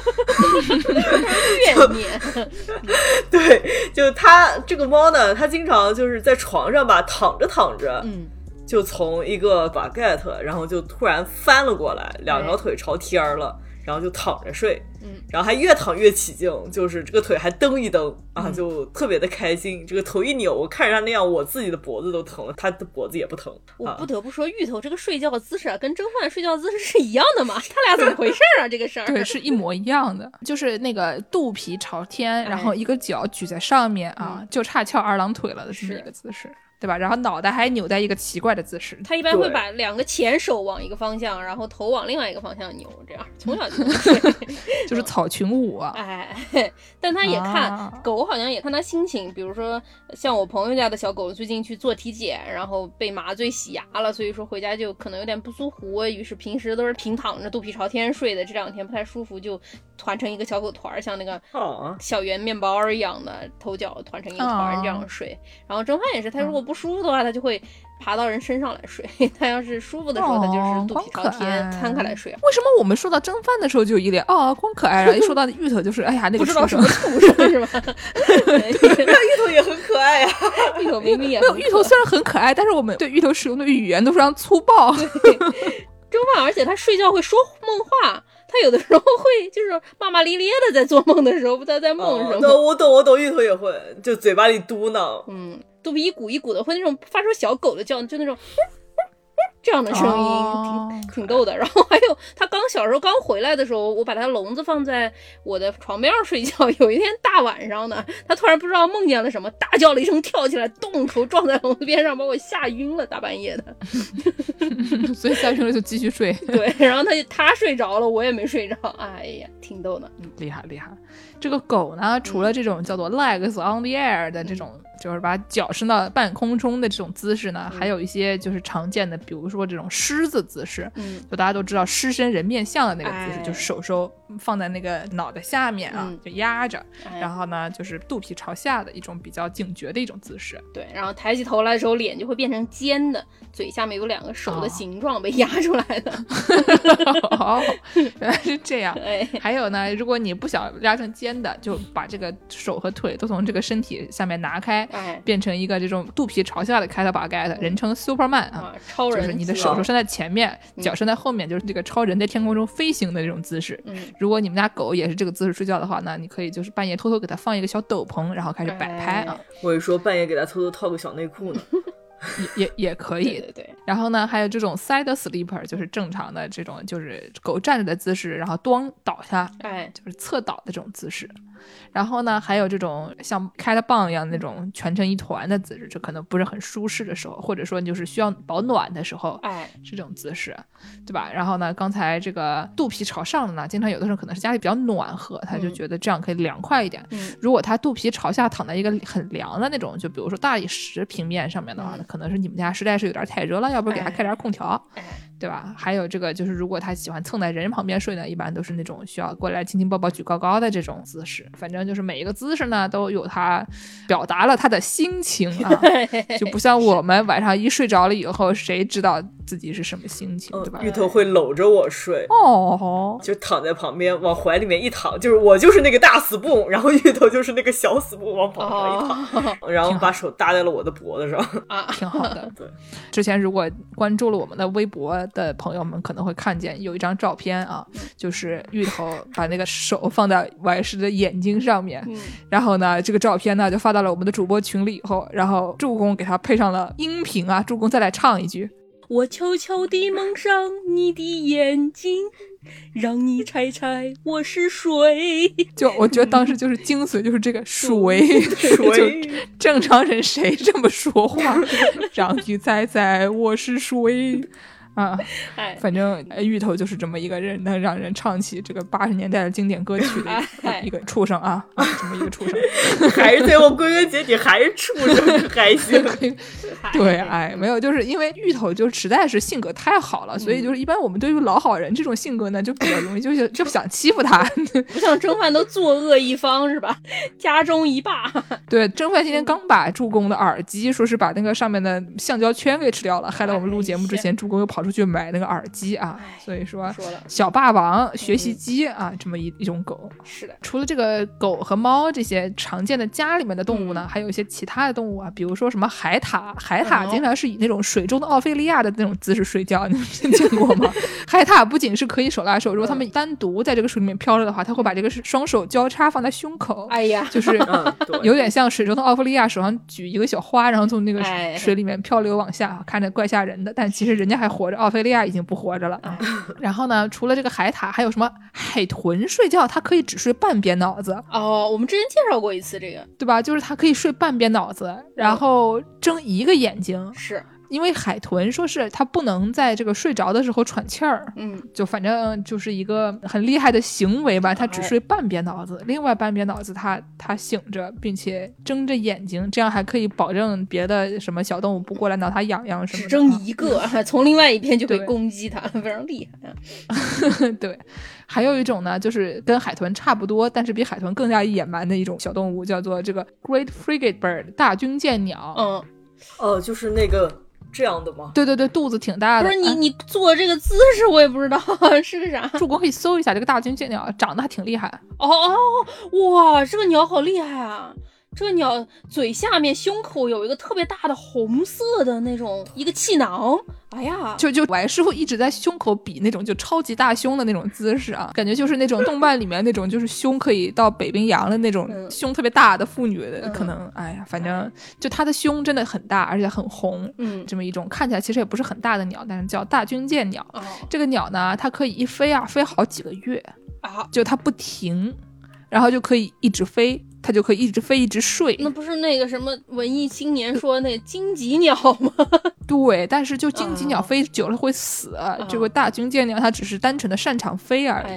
C: 怨念。
D: 对，就它这个猫呢，它经常就是在床上吧躺着，就从一个 baguette， 然后就突然翻了过来，两条腿朝天了。然后就躺着睡，然后还越躺越起劲，就是这个腿还蹬一蹬啊，就特别的开心。这个头一扭，我看着他那样，我自己的脖子都疼了，他的脖子也不疼。
C: 我不得不说，芋头这个睡觉姿势啊，跟蒸饭睡觉姿势是一样的嘛？他俩怎么回事啊？这个事儿
B: 对，是一模一样的，就是那个肚皮朝天，然后一个脚举在上面啊，就差翘二郎腿了的这么一个姿势。对吧？然后脑袋还扭在一个奇怪的姿势。
C: 他一般会把两个前手往一个方向，然后头往另外一个方向扭，这样从小就睡
B: 就是草裙舞啊。
C: 哎，但他也看狗，好像也看他心情。比如说，像我朋友家的小狗最近去做体检，然后被麻醉洗牙了，所以说回家就可能有点不舒服，于是平时都是平躺着，肚皮朝天睡的，这两天不太舒服，就团成一个小狗团，像那个小圆面包一样的，头脚团成一个团这样睡。然后蒸饭也是，他如果不舒服的话，他就会爬到人身上来睡。他要是舒服的时候，他就是肚皮朝天摊开来睡。
B: 为什么我们说到蒸饭的时候就一脸光可爱，然后一说到芋头就是哎呀那个
C: 不知道什么畜生是吧？
D: 芋头也很可爱呀，
C: 芋头明明也
B: 芋头虽然很可爱，但是我们对芋头使用的语言都非常粗暴。
C: 蒸饭，而且他睡觉会说梦话。他有的时候会就是骂骂咧咧的，在做梦的时候不知道在梦什么。
D: 我懂，芋头也会，就嘴巴里嘟囔，
C: 肚皮一鼓一鼓的，会那种发出小狗的叫，就那种这样的声音，挺逗的。然后还有他小时候刚回来的时候，我把他笼子放在我的床边上睡觉。有一天大晚上的，他突然不知道梦见了什么，大叫了一声，跳起来，动头撞在笼子边上，把我吓晕了，大半夜的。
B: 所以吓晕了就继续睡。
C: 对，然后他睡着了，我也没睡着。哎呀，挺逗的。
B: 厉害。这个狗呢，除了这种叫做 legs on the air 的这种，就是把脚伸到半空中的这种姿势呢，还有一些就是常见的，比如说这种狮子姿势，就大家都知道狮身人面像的那个姿势，就是手收放在那个脑袋下面啊，就压着，然后呢就是肚皮朝下的一种比较警觉的一种姿势。
C: 对，然后抬起头来的时候脸就会变成尖的，嘴下面有2个手的形状被压出来的。
B: 哦，原来是这样。还有呢，如果你不想压成尖的，就把这个手和腿都从这个身体下面拿开，变成一个这种肚皮朝下的开头把盖的，人称 Superman 啊，
C: 超人，
B: 就是你的手伸在前面，脚伸在后面，就是这个超人在天空中飞行的这种姿势。如果你们家狗也是这个姿势睡觉的话呢，你可以就是半夜偷偷给它放一个小斗篷，然后开始摆拍啊。
D: 我也说半夜给它偷偷套个小内裤呢。
B: 也可以。
C: 对。
B: 然后呢还有这种 side sleeper， 就是正常的这种就是狗站着的姿势，然后咣倒下，就是侧倒的这种姿势。然后呢还有这种像开了棒一样那种蜷成一团的姿势，这可能不是很舒适的时候，或者说就是需要保暖的时候，是这种姿势，对吧？然后呢刚才这个肚皮朝上的呢，经常有的时候可能是家里比较暖和，他就觉得这样可以凉快一点。如果他肚皮朝下躺在一个很凉的那种，就比如说大理石平面上面的话，可能是你们家实在是有点太热了，要不给他开点空调，对吧？还有这个就是如果他喜欢蹭在人旁边睡呢，一般都是那种需要过来亲亲抱抱举高高的这种姿势。反正就是每一个姿势呢都有他表达了他的心情啊，就不像我们晚上一睡着了以后谁知道自己是什么心情，对吧？
D: 芋头会搂着我睡，就躺在旁边往怀里面一躺，就是我就是那个大死布，然后芋头就是那个小死布往旁边一躺，然后把手搭在了我的脖子上
B: 挺好的。对，之前如果关注了我们的微博的朋友们可能会看见有一张照片啊，就是芋头把那个手放在Y师的眼睛上面，然后呢这个照片呢就发到了我们的主播群里以后，然后助攻给他配上了音频啊，助攻再来唱一句，
C: 我悄悄地蒙上你的眼睛，让你猜猜我是谁。
B: 就我觉得当时就是精髓，就是这个水就正常人谁这么说话让你猜猜我是谁啊，反正芋头就是这么一个人，能让人唱起这个80年代的经典歌曲的一个畜生啊，这么一个畜生，
D: 还是最后归根结底还是畜生还行。
B: 对，没有，就是因为芋头就实在是性格太好了，所以就是一般我们对于老好人这种性格呢，就比较容易就想欺负他。
C: 不像蒸饭都作恶一方是吧？家中一霸。
B: 对，蒸饭今天刚把助攻的耳机说是把那个上面的橡胶圈给吃掉了，害得我们录节目之前助攻又跑出去买那个耳机啊，所以说小霸王学习机啊，这么一种狗。
C: 是的，
B: 除了这个狗和猫这些常见的家里面的动物呢，还有一些其他的动物啊，比如说什么海獭，海獭经常是以那种水中的奥菲利亚的那种姿势睡觉，你们见过吗？海獭不仅是可以手拉手，如果他们单独在这个水里面飘着的话，他会把这个双手交叉放在胸口，就是有点像水中的奥菲利亚手上举一个小花，然后从那个水里面漂流往下，看着怪吓人的，但其实人家还活着，奥菲利亚已经不活着了。然后呢，除了这个海獭，还有什么海豚睡觉，它可以只睡半边脑子。
C: 我们之前介绍过一次这个，
B: 对吧？就是它可以睡半边脑子，然后睁一个眼睛。
C: 是。
B: 因为海豚说是它不能在这个睡着的时候喘气儿，就反正就是一个很厉害的行为吧。它只睡半边脑子，另外半边脑子它醒着，并且睁着眼睛，这样还可以保证别的什么小动物不过来挠它痒痒什么的。
C: 只睁一个，从另外一边就可以攻击它，非常厉害啊。
B: 对，还有一种呢，就是跟海豚差不多，但是比海豚更加野蛮的一种小动物，叫做这个 Great Frigate Bird 大军舰鸟。
D: 就是那个。这样的吗？
B: 对对对，肚子挺大的。
C: 不是你做这个姿势我也不知道是个啥。
B: 助攻可以搜一下这个大军舰鸟，长得还挺厉害。
C: 哇，这个鸟好厉害啊！这个鸟嘴下面胸口有一个特别大的红色的那种一个气囊，哎呀，
B: 就Y师傅一直在胸口比那种就超级大胸的那种姿势啊，感觉就是那种动漫里面那种就是胸可以到北冰洋的那种胸特别大的妇女的可能，哎呀，反正就她的胸真的很大，而且很红，这么一种看起来其实也不是很大的鸟，但是叫大军舰鸟。这个鸟呢，它可以一飞飞好几个月啊，就它不停，然后就可以一直飞。它就可以一直飞一直睡。
C: 那不是那个什么文艺青年说那个荆棘鸟吗？
B: 对，但是就荆棘鸟飞久了会死，这个大军舰鸟它只是单纯的擅长飞而已。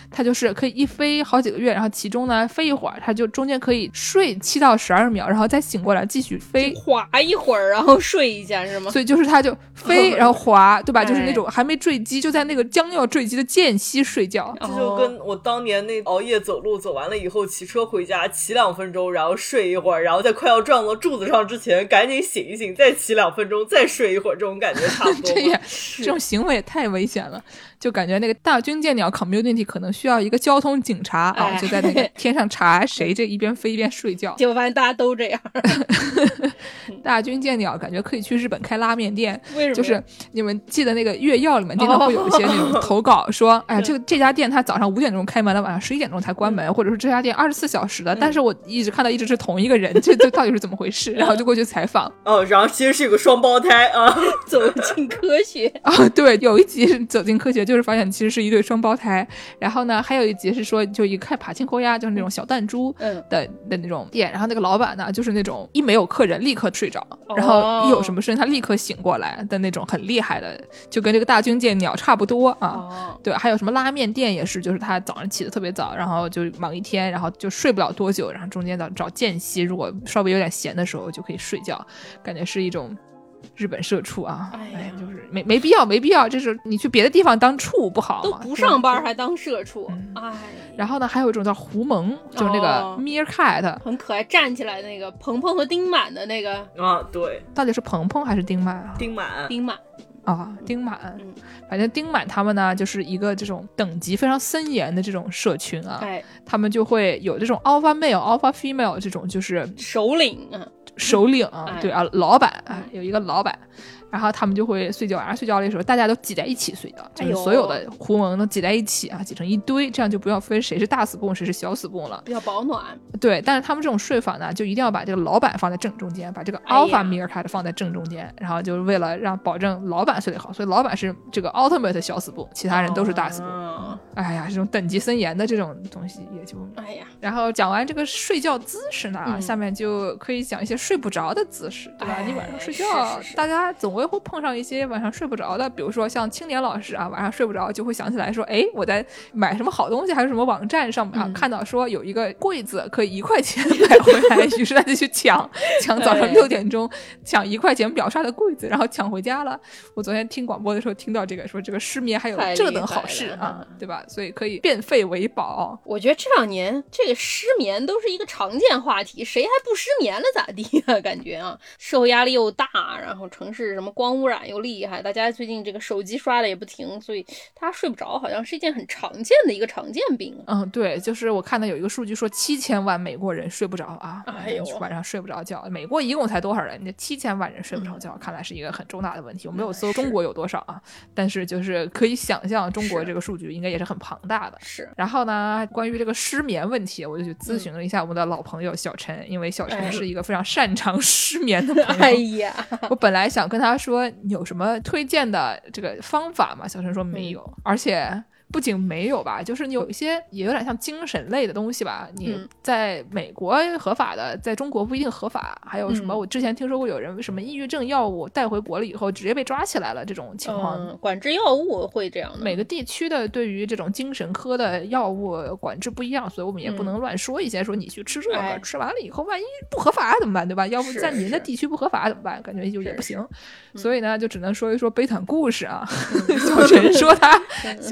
B: 它就是可以一飞好几个月，然后其中呢飞一会儿，它就中间可以睡7到12秒，然后再醒过来继续飞，
C: 滑一会儿然后睡一下是吗？
B: 所以就是它就飞然后滑，对吧？就是那种还没坠机，就在那个将要坠机的间隙睡觉。
D: 这就跟我当年那熬夜走路，走完了以后骑车回家，骑2分钟，然后睡一会儿，然后在快要撞到柱子上之前赶紧醒一醒，再骑2分钟，再睡一会儿，这种感觉差不多。
B: 这种行为也太危险了，就感觉那个大军舰鸟 community 可能需要一个交通警察啊，就在那个天上查谁这一边飞一边睡觉。
C: 结果发现大家都这样。
B: 大军舰鸟感觉可以去日本开拉面店。
C: 为什么？
B: 就是你们记得那个月曜里面经常会有一些那种投稿说，哎呀，这家店它早上5点钟开门了，晚上11点钟才关门，或者说这家店24小时的，但是我一直看到一直是同一个人，这到底是怎么回事？然后就过去采访。
D: 然后其实是有个双胞胎啊，
C: 走进科学
B: 啊，对，有一集是走进科学，就是发现其实是一对双胞胎。然后呢，还有一集是说就一看爬青口鸭，就是那种小弹珠的那种店，然后那个老板呢就是那种一没有客人立刻睡着，然后一有什么事情他立刻醒过来的那种很厉害的，就跟这个大军舰鸟差不多啊。对，还有什么拉面店也是，就是他早上起得特别早，然后就忙一天，然后就睡不了多久，然后中间找间隙，如果稍微有点闲的时候就可以睡觉，感觉是一种日本社畜啊。哎，就是没必要，这是你去别的地方当畜不好吗？
C: 都不上班还当社畜。哎，
B: 然后呢还有一种叫狐獴，就是那个 meerkat，
C: 很可爱，站起来那个鹏鹏和丁满的那个
D: 啊，对，
B: 到底是鹏鹏还是丁满啊？
D: 丁满
B: 啊，丁满，反正丁满他们呢，就是一个这种等级非常森严的这种社群啊，他们就会有这种 alpha male、alpha female 这种，就是
C: 首领
B: 对啊，老板啊，有一个老板。然后他们就会睡觉，晚上睡觉的时候大家都挤在一起睡觉，就是所有的狐獴都挤在一起啊，挤成一堆，这样就不要分谁是大死蹦谁是小死蹦了，
C: 比较保暖。
B: 对，但是他们这种睡法呢，就一定要把这个老板放在正中间，把这个 alpha meerkat 放在正中间，然后就是为了让保证老板睡得好，所以老板是这个 ultimate 小死蹦，其他人都是大死蹦。哎呀，这种等级森严的这种东西也就然后讲完这个睡觉姿势呢，下面就可以讲一些睡不着的姿势，对吧？你晚上睡觉，大家总会碰上一些晚上睡不着的，比如说像青年老师啊，晚上睡不着就会想起来说，哎，我在买什么好东西，还是什么网站上面看到说有一个柜子可以1块钱买回来，于是他就去抢早上6点钟抢1块钱秒杀的柜子，然后抢回家了。我昨天听广播的时候听到这个，说这个失眠还有这等好事啊，对吧？所以可以变废为宝。
C: 我觉得这2年这个失眠都是一个常见话题，谁还不失眠了咋地啊？感觉啊，社会压力又大，然后城市什么光污染又厉害，大家最近这个手机刷的也不停，所以大家睡不着好像是一件很常见的一个常见病。
B: 对，就是我看到有一个数据说7000万美国人睡不着啊，晚上睡不着觉。美国一共才多少人？7000万人睡不着觉，看来是一个很重大的问题。我没有搜中国有多少啊，但是就是可以想象中国这个数据应该也是很庞大的。
C: 是。
B: 然后呢，关于这个失眠问题，我就去咨询了一下我们的老朋友小陈，因为小陈是一个非常擅长失眠的朋友。
C: 哎呀，
B: 我本来想跟他说你有什么推荐的这个方法吗？小陈说没有，而且不仅没有吧，就是你有一些也有点像精神类的东西吧，你在美国合法的，在中国不一定合法。还有什么我之前听说过有人什么抑郁症药物带回国了以后直接被抓起来了，这种情况。
C: 管制药物会这样的，
B: 每个地区的对于这种精神科的药物管制不一样，所以我们也不能乱说一些说你去吃这个，吃完了以后万一不合法怎么办，对吧？要不在您的地区不合法怎么办？感觉就也不行。所以呢就只能说一说悲惨故事啊。小陈说他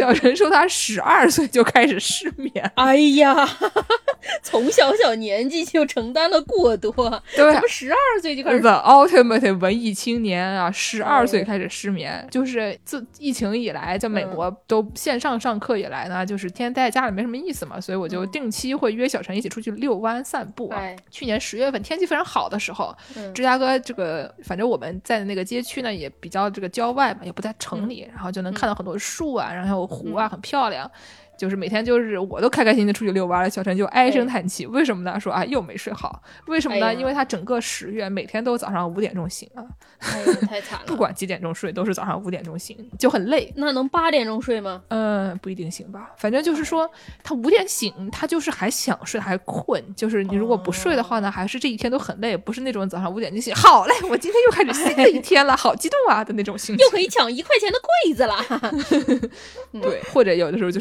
B: 12岁就开始失眠。
C: 哎呀，从小年纪就承担了过多。
B: 对，
C: 怎么12岁就开始
B: The ultimate 文艺青年啊，12岁开始失眠。就是自疫情以来，在美国都线上上课以来呢，就是天天待在家里没什么意思嘛，所以我就定期会约小陈一起出去遛弯散步啊。去年10月份天气非常好的时候，芝加哥这个反正我们在的那个街区呢也比较这个郊外嘛，也不在城里，然后就能看到很多树啊，然后还有湖啊，很漂亮。就是每天就是我都开开心心的出去遛弯了，小陈就唉声叹气。为什么呢？说啊又没睡好。为什么呢？因为他整个10月每天都早上5点钟醒啊。
C: 太惨了。
B: 不管几点钟睡都是早上5点钟醒，就很累。
C: 那能8点钟睡吗？
B: 不一定行吧。反正就是说他5点醒，他就是还想睡还困，就是你如果不睡的话呢，还是这一天都很累，不是那种早上5点就醒好嘞我今天又开始新的一天了好激动啊的那种心情。
C: 又可以抢1块钱的柜子了。
B: 对，或者有的时候就是睁眼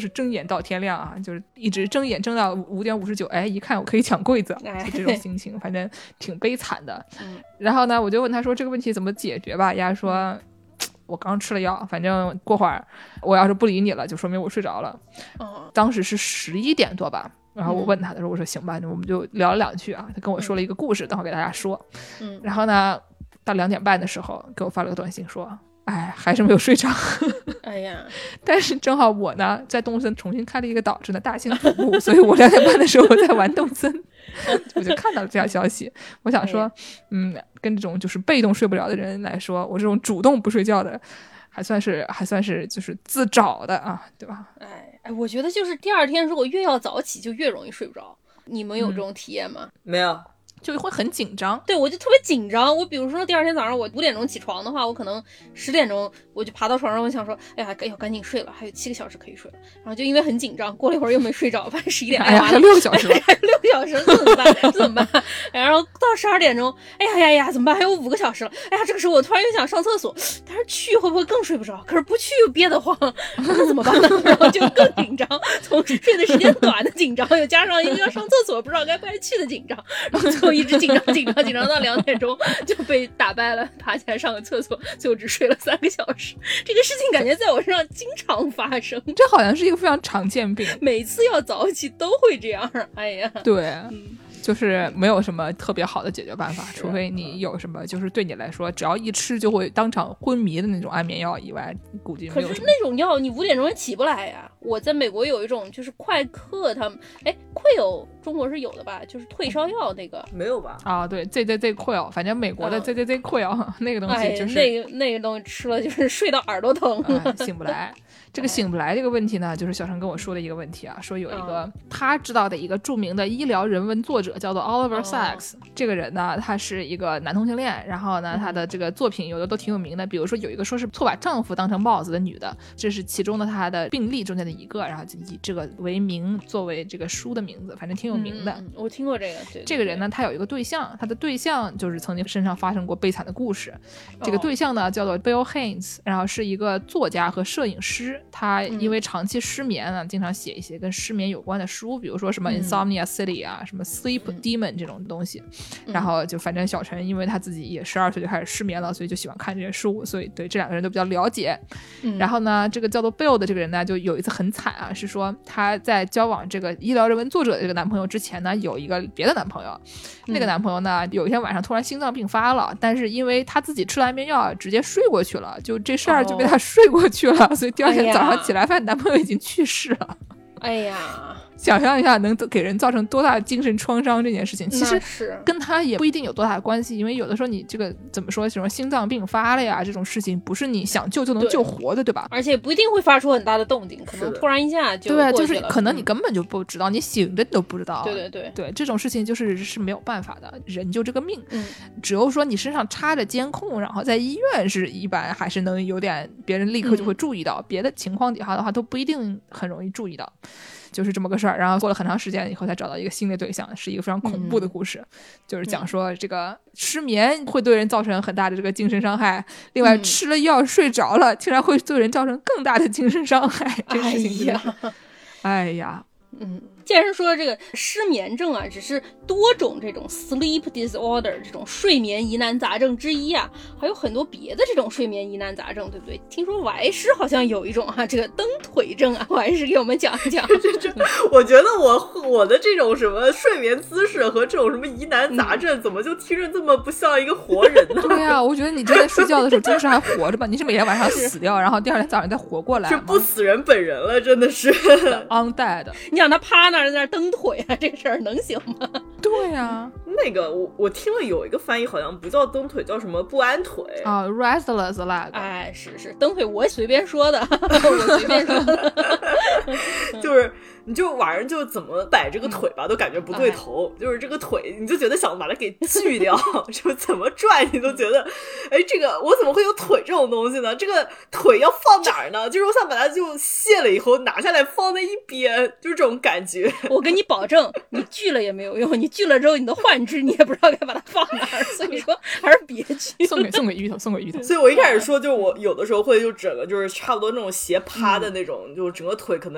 B: 到天亮啊，就是一直睁眼睁到5点59，哎，一看我可以抢柜子，就这种心情，反正挺悲惨的。然后呢，我就问他说这个问题怎么解决吧，丫说我刚吃了药，反正过会儿我要是不理你了，就说明我睡着了。当时是11点多吧。然后我问他的时候，我说行吧，我们就聊了2句啊。他跟我说了一个故事，等会儿给大家说。然后呢，到2点半的时候给我发了个短信说，哎，还是没有睡着。
C: 哎呀，
B: 但是正好我呢在动森重新开了一个岛，真的大兴土木，所以我2点半的时候在玩动森，我就看到了这条消息。我想说，跟这种就是被动睡不着的人来说，我这种主动不睡觉的，还算是就是自找的啊，对吧？
C: 哎，我觉得就是第二天如果越要早起，就越容易睡不着。你们有这种体验吗？
D: 没有。
B: 就会很紧张。
C: 对，我就特别紧张。我比如说第二天早上我5点钟起床的话，我可能10点钟我就爬到床上，我想说，哎呀，要赶紧睡了，还有7个小时可以睡了。然后就因为很紧张，过了一会儿又没睡着，反正11点，
B: 哎呀，还有6个小时了，
C: 还有6个小时，这怎么办？这怎么办？然后到12点钟，哎呀，怎么办？还有5个小时了。哎呀，这个时候我突然又想上厕所，但是去会不会更睡不着？可是不去又憋得慌，那怎么办呢？然后就更紧张，从睡的时间短的紧张，又加上因为要上厕所不知道该不该去的紧张，然后最后一直紧张到2点钟就被打败了，爬起来上个厕所，最后只睡了3个小时。这个事情感觉在我身上经常发生，
B: 这好像是一个非常常见病，
C: 每次要早起都会这样。哎呀，
B: 对。就是没有什么特别好的解决办法，除非你有什么就是对你来说只要一吃就会当场昏迷的那种安眠药以外，估计没有什么。
C: 可是那种药你5点钟也起不来呀。我在美国有一种就是快克，他们Quil中国是有的吧，就是退烧药那个。
D: 没有吧？
B: 啊，对 ZZZ Quil， 反正美国的 ZZZ Quil，那个东西就是
C: 那个东西吃了就是睡到耳朵疼，
B: 醒不来。这个醒不来这个问题呢，就是小陈跟我说的一个问题啊，说有一个他知道的一个著名的医疗人文作者叫做 Oliver Sacks，这个人呢，他是一个男同性恋，然后呢，他的这个作品有的都挺有名的，比如说有一个说是错把丈夫当成帽子的女的，这是其中的他的病例中间的一个，然后就以这个为名作为这个书的名字，反正挺有名的。
C: 我听过这个。对，
B: 这个人呢，他有一个对象，他的对象就是曾经身上发生过悲惨的故事。这个对象呢叫做 Bill Haynes， 然后是一个作家和摄影师，他因为长期失眠啊，经常写一些跟失眠有关的书，比如说什么 Insomnia City 啊，什么 Sleep Demon 这种东西。然后就反正小陈因为他自己也12岁就开始失眠了，所以就喜欢看这些书，所以对这2个人都比较了解。然后呢，这个叫做 Bill 的这个人呢，就有一次很惨啊，是说他在交往这个医疗人文作者的这个男朋友之前呢，有一个别的男朋友。那个男朋友呢，有一天晚上突然心脏病发了，但是因为他自己吃了安眠药，直接睡过去了，就这事儿就被他睡过去了，所以第2天早上起来发现男朋友已经去世了。
C: 哎呀，
B: 想象一下能给人造成多大的精神创伤这件事情，其实跟他也不一定有多大的关系，因为有的时候你这个怎么说，什么心脏病发了呀，这种事情不是你想救就能救活的，对吧？
C: 而且不一定会发出很大的动静，可能突然一下就
B: 对，就是可能你根本就不知道，你醒着你都不知道。
C: 对，
B: 这种事情是没有办法的，人就这个命。只有说你身上插着监控，然后在医院是一般还是能有点别人立刻就会注意到，别的情况底下的话都不一定很容易注意到。就是这么个事儿，然后过了很长时间以后才找到一个新的对象，是一个非常恐怖的故事，就是讲说这个失眠会对人造成很大的这个精神伤害，另外吃了药睡着了竟然会对人造成更大的精神伤害，这事情真的是哎呀。
C: 既然说这个失眠症啊，只是多种这种 sleep disorder 这种睡眠疑难杂症之一啊，还有很多别的这种睡眠疑难杂症，对不对？听说歪师好像有一种这个蹬腿症啊，歪师给我们讲一讲。
D: 我觉得我的这种什么睡眠姿势和这种什么疑难杂症，怎么就听着这么不像一个活人呢？
B: 对呀，我觉得你正在睡觉的时候，真是还活着吧？你是每天晚上死掉，然后第2天早上再活过来吗？
D: 是不死人本人了，真的是
B: undead。
C: 你想他趴那儿在那儿蹬腿啊，这事儿能行吗？
B: 对呀，
D: 那个我听了有一个翻译好像不叫蹬腿，叫什么不安腿
B: 啊 ，restless leg。
C: 哎，是蹬腿，我随便说的，我随便说的，
D: 就是你就晚上就怎么摆这个腿吧，都感觉不对头，就是这个腿你就觉得想把它给锯掉，就怎么转你都觉得，哎，这个我怎么会有腿这种东西呢？这个腿要放哪儿呢？就是我想把它就卸了以后拿下来放在一边，就是这种感觉。
C: 我跟你保证，你锯了也没有用，你锯了之后你的换肢你也不知道该把它放哪儿，所以说还是别锯。
B: 送给芋头。
D: 所以我一开始说，就我有的时候会就整个就是差不多那种斜趴的那种，就整个腿可能成个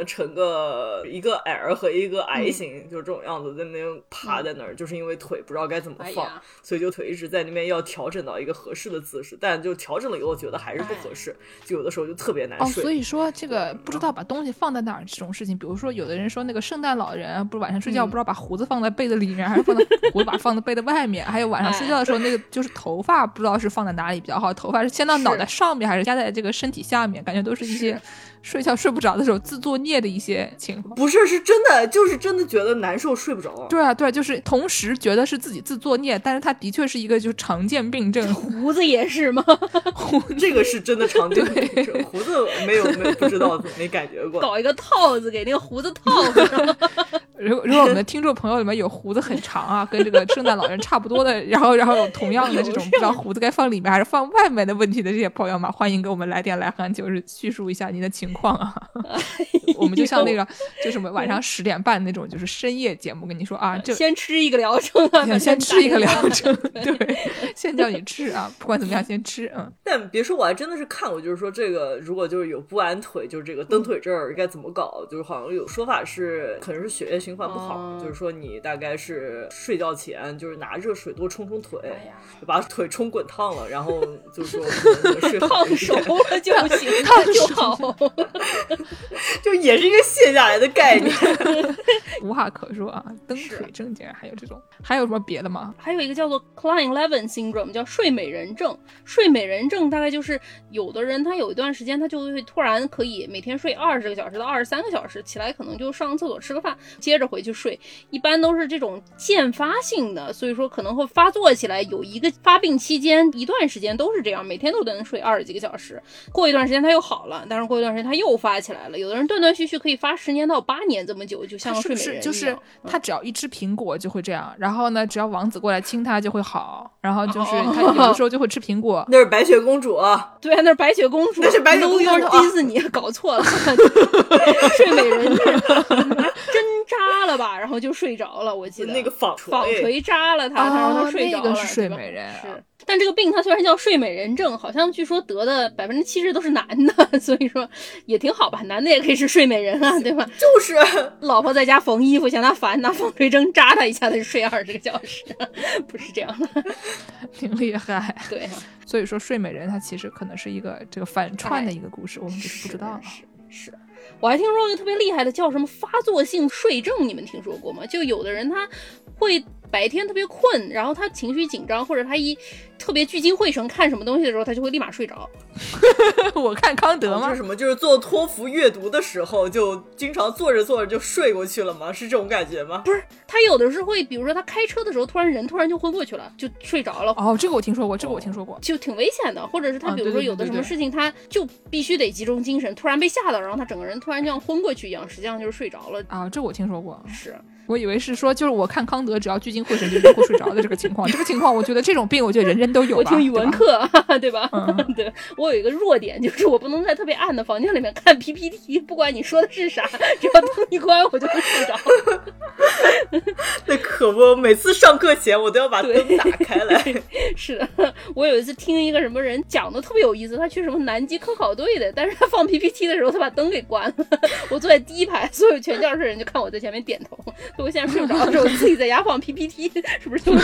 D: 个 L 和一个 I 型，就这种样子在那边趴在那儿，就是因为腿不知道该怎么放，所以就腿一直在那边要调整到一个合适的姿势，但就调整了以后觉得还是不合适，就有的时候就特别难睡。
B: 所以说这个不知道把东西放在哪儿这种事情，比如说有的人说那个圣诞老人不是晚上睡觉不知道把胡子放在被子里面还是胡子把放在被子外面，还有晚上睡觉的时候那个就是头发不知道是放在哪里比较好，头发是先到脑袋上面还是夹在这个身体下面，感觉都是一些睡觉睡不着的时候自作孽的一些情况。
D: 不是，是真的，就是真的觉得难受睡不着。
B: 对啊，就是同时觉得是自己自作孽，但是它的确是一个就常见病症。
C: 胡子也是吗？
D: 这个是真的常见病症，胡子没有不知道，没感觉过。
C: 搞一个套子给那个胡子套上。
B: 如果我们的听众朋友里面有胡子很长啊，跟这个圣诞老人差不多的，然后有同样的这种不知道胡子该放里面还是放外面的问题的这些朋友们，欢迎给我们来电来函，就是叙述一下您的情况啊。我们就像那个就什么晚上10点半那种就是深夜节目，跟你说啊，这
C: 先吃一个疗程啊，
B: 先吃一个疗程，对，先叫你吃啊，不管怎么样先吃。
D: 但别说，我还真的是看过，就是说这个如果就是有不安腿，就是这个蹬腿症该怎么搞，就是好像有说法是可能是血液循环不好，就是说你大概是睡觉前就是拿热水多冲冲腿，就把腿冲滚烫了，然后就是说能睡好一点，
C: 烫熟了就行，烫就好。
D: 就也是一个卸下来的概念。
B: 无话可说啊，蹬腿症竟然还有这种，还有什么别的吗？
C: 还有一个叫做 Klein-Levin syndrome， 叫睡美人症。睡美人症大概就是有的人他有一段时间他就会突然可以每天睡20个小时到23个小时，起来可能就上厕所吃个饭接着回去睡，一般都是这种渐发性的，所以说可能会发作起来，有一个发病期间一段时间都是这样，每天都能睡20几个小时，过一段时间他又好了，但是过一段时间他又发起来了，有的人断断续续可以发10年到8年这么久，就像睡美人一样。
B: 就是他只要一吃苹果就会这样，然后呢只要王子过来亲他就会好，然后就是他有的时候就会吃苹果。
D: 那是白雪公主啊。
C: 对啊，那是白雪公主，
D: 那是白雪公主
C: ，New York 迪士尼搞错了。睡美人针扎了吧，然后就睡着了，我记得
D: 那个纺
C: 锤扎了他让他睡着了。
B: 那个是睡美人
C: 是。但这个病它虽然叫睡美人症，好像据说得的70%都是男的，所以说也挺好吧，男的也可以是睡美人啊，对吧？
D: 就是
C: 老婆在家缝衣服嫌他烦，拿纺锤针扎他一下，他就睡20个小时，不是这样的，
B: 挺厉害。
C: 对啊，
B: 所以说睡美人它其实可能是一个这个反串的一个故事，我们就是不知道。
C: 是。我还听说一个特别厉害的叫什么发作性睡症，你们听说过吗？就有的人他会白天特别困，然后他情绪紧张，或者他一特别聚精会神看什么东西的时候，他就会立马睡着。
B: 我看康德吗？
D: 就是什么？就是做托福阅读的时候，就经常坐着坐着就睡过去了吗？是这种感觉吗？
C: 不是，他有的是会，比如说他开车的时候，突然就昏过去了，就睡着了。
B: 哦，这个我听说过，
C: 就挺危险的。或者是他比如说有的什么事情，他就必须得集中精神，突然被吓到，然后他整个人突然就像昏过去一样，实际上就是睡着了。
B: 啊，这我听说过。
C: 是。
B: 我以为是说，就是我看康德只要聚精会神就一定会睡着的这个情况。这个情况，我觉得这种病，我觉得人人都有吧。
C: 我听语文课，对吧？对，我有一个弱点，就是我不能在特别暗的房间里面看 PPT， 不管你说的是啥，只要灯一关，我就会睡着。
D: 那可不，每次上课前我都要把灯打开来。
C: 是的，我有一次听一个什么人讲的特别有意思，他去什么南极科考队的，但是他放 PPT 的时候，他把灯给关了。我坐在第一排，所有全教室人就看我在前面点头。我现在睡不着的时候，我自己在家放 PPT， 是不是就？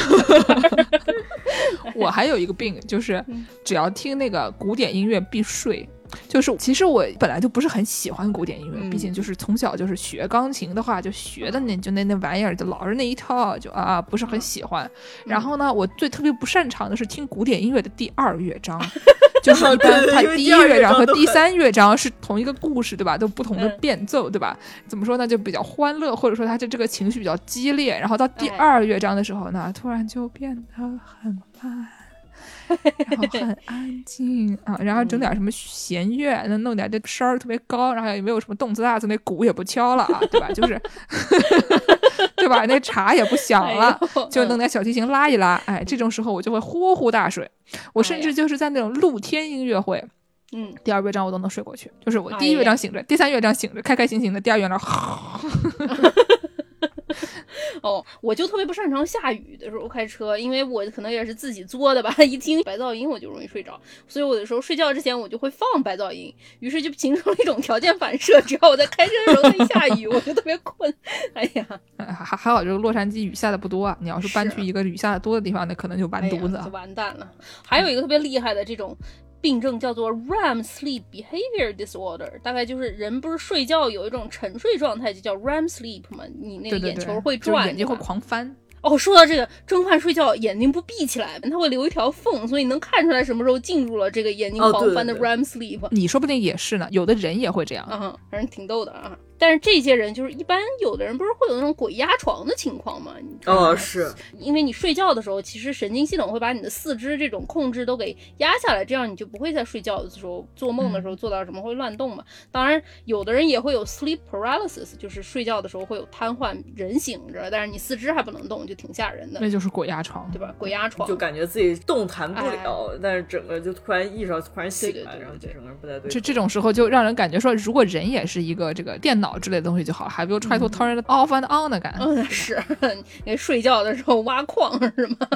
B: 我还有一个病，就是只要听那个古典音乐必睡。就是其实我本来就不是很喜欢古典音乐，毕竟就是从小就是学钢琴的话，就学的那玩意儿，就老是那一套，就不是很喜欢。然后呢，我最特别不擅长的是听古典音乐的第2乐章。就是一般它第1乐章和第3乐章是同一个故事，对吧？都不同的变奏，对吧？怎么说呢？就比较欢乐，或者说它这个情绪比较激烈。然后到第2乐章的时候呢，突然就变得很慢。然后很安静啊，然后整点什么弦乐，弄点这声儿特别高，然后也没有什么动次打次，那鼓也不敲了啊，对吧？就是对吧？那茶也不响了，就弄点小提琴拉一拉，哎，这种时候我就会呼呼大睡。我甚至就是在那种露天音乐会，第2乐章我都能睡过去，就是我第1乐章醒着，第3乐章醒着，开开心心的，第2乐章
C: 我就特别不擅长下雨的时候开车，因为我可能也是自己作的吧，一听白噪音我就容易睡着，所以我有时候睡觉之前我就会放白噪音，于是就形成了一种条件反射，只要我在开车的时候一下雨我就特别困。哎呀，
B: 还好这个洛杉矶雨下的不多啊，你要是搬去一个雨下的多的地方，那可能就完犊子，
C: 就完蛋了。还有一个特别厉害的这种病症叫做 REM Sleep Behavior Disorder， 大概就是人不是睡觉有一种沉睡状态就叫 REM Sleep 嘛，你那个眼球会转，
B: 对，眼睛会狂翻。
C: 说到这个，睁饭睡觉眼睛不闭起来，它会留一条缝，所以你能看出来什么时候进入了这个眼睛狂翻的 REM Sleep。
B: 你说不定也是呢，有的人也会这样。
C: 反正挺逗的啊。但是这些人就是一般有的人不是会有那种鬼压床的情况吗？
D: 是
C: 因为你睡觉的时候其实神经系统会把你的四肢这种控制都给压下来，这样你就不会在睡觉的时候做梦的时候做到什么会乱动嘛。当然有的人也会有 sleep paralysis， 就是睡觉的时候会有瘫痪，人醒着但是你四肢还不能动，就挺吓人的。
B: 那就是鬼压床，
C: 对吧？鬼压床
D: 就感觉自己动弹不了，但是整个就突然意识到突然醒来，然后就整个人不太对。
B: 这种时候就让人感觉说，如果人也是一个这个电脑之类的东西就好，还不如 try to turn it off and on 的感觉。
C: 是你睡觉的时候挖矿是吗？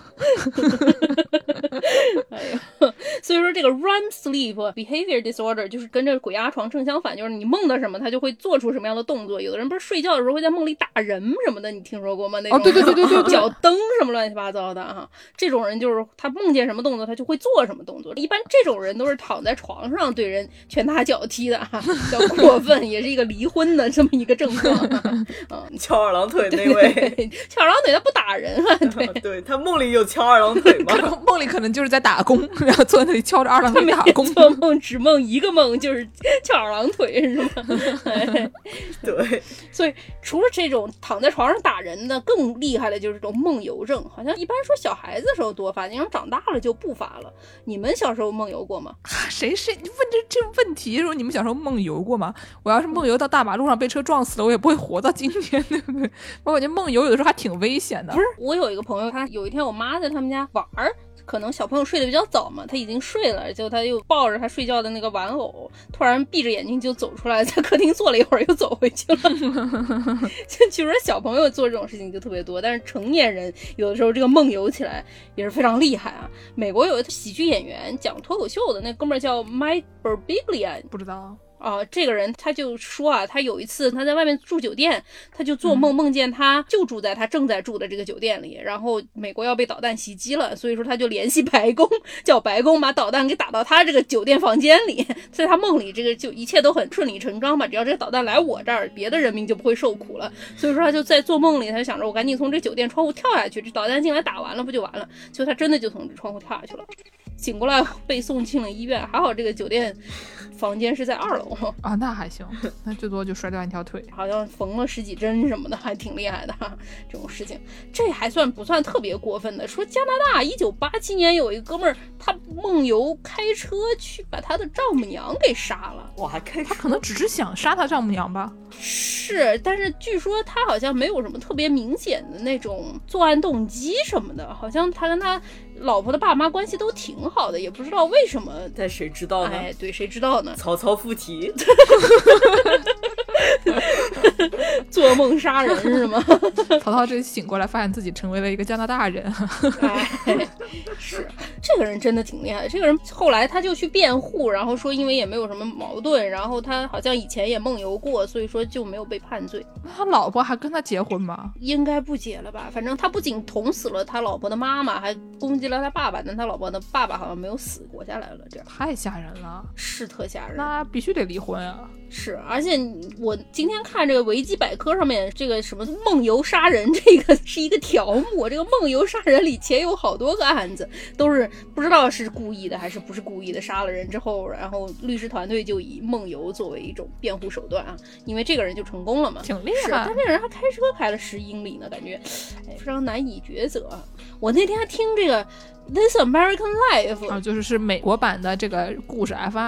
C: 哎呀，所以说这个 REM Sleep Behavior Disorder 就是跟这个鬼压床正相反，就是你梦到什么他就会做出什么样的动作。有的人不是睡觉的时候会在梦里打人什么的，你听说过吗？那种
B: 对，
C: 脚蹬什么乱七八糟的哈。这种人就是他梦见什么动作他就会做什么动作。一般这种人都是躺在床上对人拳打脚踢的哈，比较过分，也是一个离婚的这么一个症状。
D: 翘二郎腿那位，
C: 对，翘二郎腿他不打人啊，
D: 对他梦里有翘二郎腿吗？
B: 梦里可能就是在打工，然后坐在那里翘着二郎腿打工。
C: 做梦只梦一个梦，就是翘二郎腿是吗？
D: 对，
C: 所以除了这种躺在床上打人的，更厉害的就是这种梦游症，好像一般说小孩子的时候多发，然后长大了就不发了。你们小时候梦游过吗？
B: 谁问这问题？说你们小时候梦游过吗？我要是梦游到大马路上被车撞死了，我也不会活到今天，对不对？我感觉梦游有的时候还挺危险的。
C: 不是，我有一个朋友，他有一天我妈在他们家玩，可能小朋友睡得比较早嘛，他已经睡了，结果他又抱着他睡觉的那个玩偶，突然闭着眼睛就走出来，在客厅坐了一会儿又走回去了。据说小朋友做这种事情就特别多，但是成年人有的时候这个梦游起来也是非常厉害啊。美国有一个喜剧演员讲脱口秀的，那哥们儿叫 Mike Birbiglia，
B: 不知道。
C: 这个人他就说啊，他有一次他在外面住酒店，他就做梦梦见他就住在他正在住的这个酒店里，然后美国要被导弹袭击了，所以说他就联系白宫，叫白宫把导弹给打到他这个酒店房间里，在他梦里这个就一切都很顺理成章吧，只要这个导弹来我这儿，别的人民就不会受苦了。所以说他就在做梦里，他就想着我赶紧从这酒店窗户跳下去，这导弹进来打完了不就完了，结果他真的就从这窗户跳下去了，醒过来被送进了医院，还好这个酒店房间是在2楼
B: 啊，那还行，那最多就摔断一条腿，
C: 好像缝了10几针什么的，还挺厉害的哈。这种事情，这还不算特别过分的。说加拿大1987年有一个哥们儿，他梦游开车去把他的丈母娘给杀了。
D: 哇，还开车？
B: 他可能只是想杀他丈母娘吧？
C: 是，但是据说他好像没有什么特别明显的那种作案动机什么的，好像他跟他老婆的爸妈关系都挺好的，也不知道为什么。
D: 但谁知道呢？
C: 哎，对，谁知道呢？
D: 曹操附体。
C: 做梦杀人是吗？
B: 曹操这醒过来发现自己成为了一个加拿大人。
C: 哎，是，这个人真的挺厉害的。这个人后来他就去辩护，然后说因为也没有什么矛盾，然后他好像以前也梦游过，所以说就没有被判罪。
B: 他老婆还跟他结婚吗？
C: 应该不结了吧，反正他不仅捅死了他老婆的妈妈，还攻击了他爸爸，但他老婆的爸爸好像没有死，活下来了。这样太
B: 吓人了，
C: 是特吓人，
B: 那必须得离婚啊。
C: 是，而且我今天看这个维基百科上面这个什么梦游杀人，这个是一个条目，这个梦游杀人里前有好多个案子都是不知道是故意的还是不是故意的，杀了人之后，然后律师团队就以梦游作为一种辩护手段啊，因为这个人就成功了嘛，
B: 挺厉害。
C: 但这个人还开车开了10英里呢，感觉非常难以抉择。我那天还听这个This American Life
B: 就是美国版的这个故事 FM，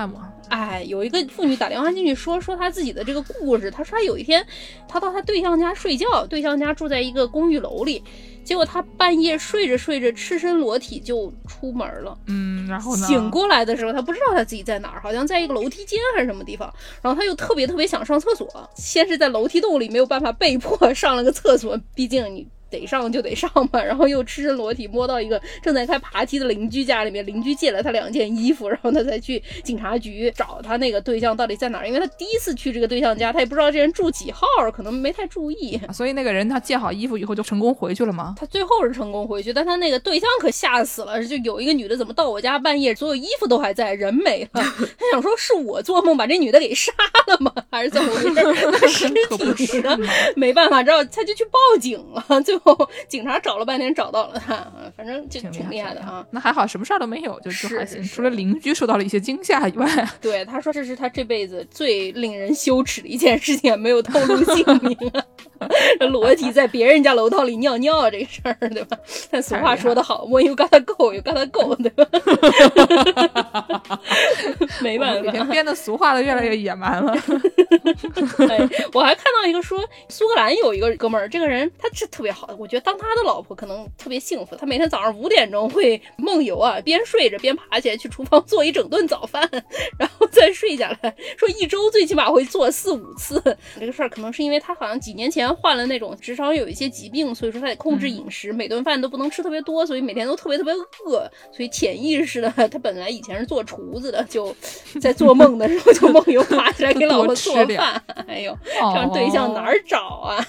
C: 有一个妇女打电话进去说她自己的这个故事。她说她有一天她到她对象家睡觉，对象家住在一个公寓楼里，结果她半夜睡着睡着赤身裸体就出门了。
B: 然后呢，
C: 醒过来的时候她不知道她自己在哪儿，好像在一个楼梯间还是什么地方，然后她又特别想上厕所，先是在楼梯洞里没有办法，被迫上了个厕所，毕竟你得上就得上嘛，然后又赤身裸体摸到一个正在开爬梯的邻居家里面，邻居借了他2件衣服，然后他才去警察局找他那个对象到底在哪儿，因为他第一次去这个对象家，他也不知道这人住几号，可能没太注意，
B: 所以那个人他借好衣服以后就成功回去了吗？
C: 他最后是成功回去，但他那个对象可吓死了，就有一个女的怎么到我家半夜所有衣服都还在，人没了，他想说是我做梦把这女的给杀了吗，还是怎么回事？那尸体呢？没办法，之后他就去报警了，最后警察找了半天找到了他，反正就挺厉害的啊。
B: 那还好，什么事儿都没有，就还行。除了邻居受到了一些惊吓以外，
C: 对，他说这是他这辈子最令人羞耻的一件事情，没有透露姓名啊。裸体在别人家楼道里尿尿这个事儿，对吧？但俗话说得好 ，When you gotta go, you gotta go， 对吧？没办法，
B: 每天编的俗话都越来越野蛮了。
C: 我还看到一个说，苏格兰有一个哥们儿，这个人他是特别好的，我觉得当他的老婆可能特别幸福。他每天早上5点钟会梦游啊，边睡着边爬起来去厨房做一整顿早饭，然后再睡下来，说1周最起码会做4、5次。这个事儿可能是因为他好像几年前患了那种直肠有一些疾病，所以说他得控制饮食，每顿饭都不能吃特别多，所以每天都特别饿，所以潜意识的他本来以前是做厨子的，就在做梦的时候就梦游爬起来给老婆做饭。哎呦，这样对象哪儿找啊？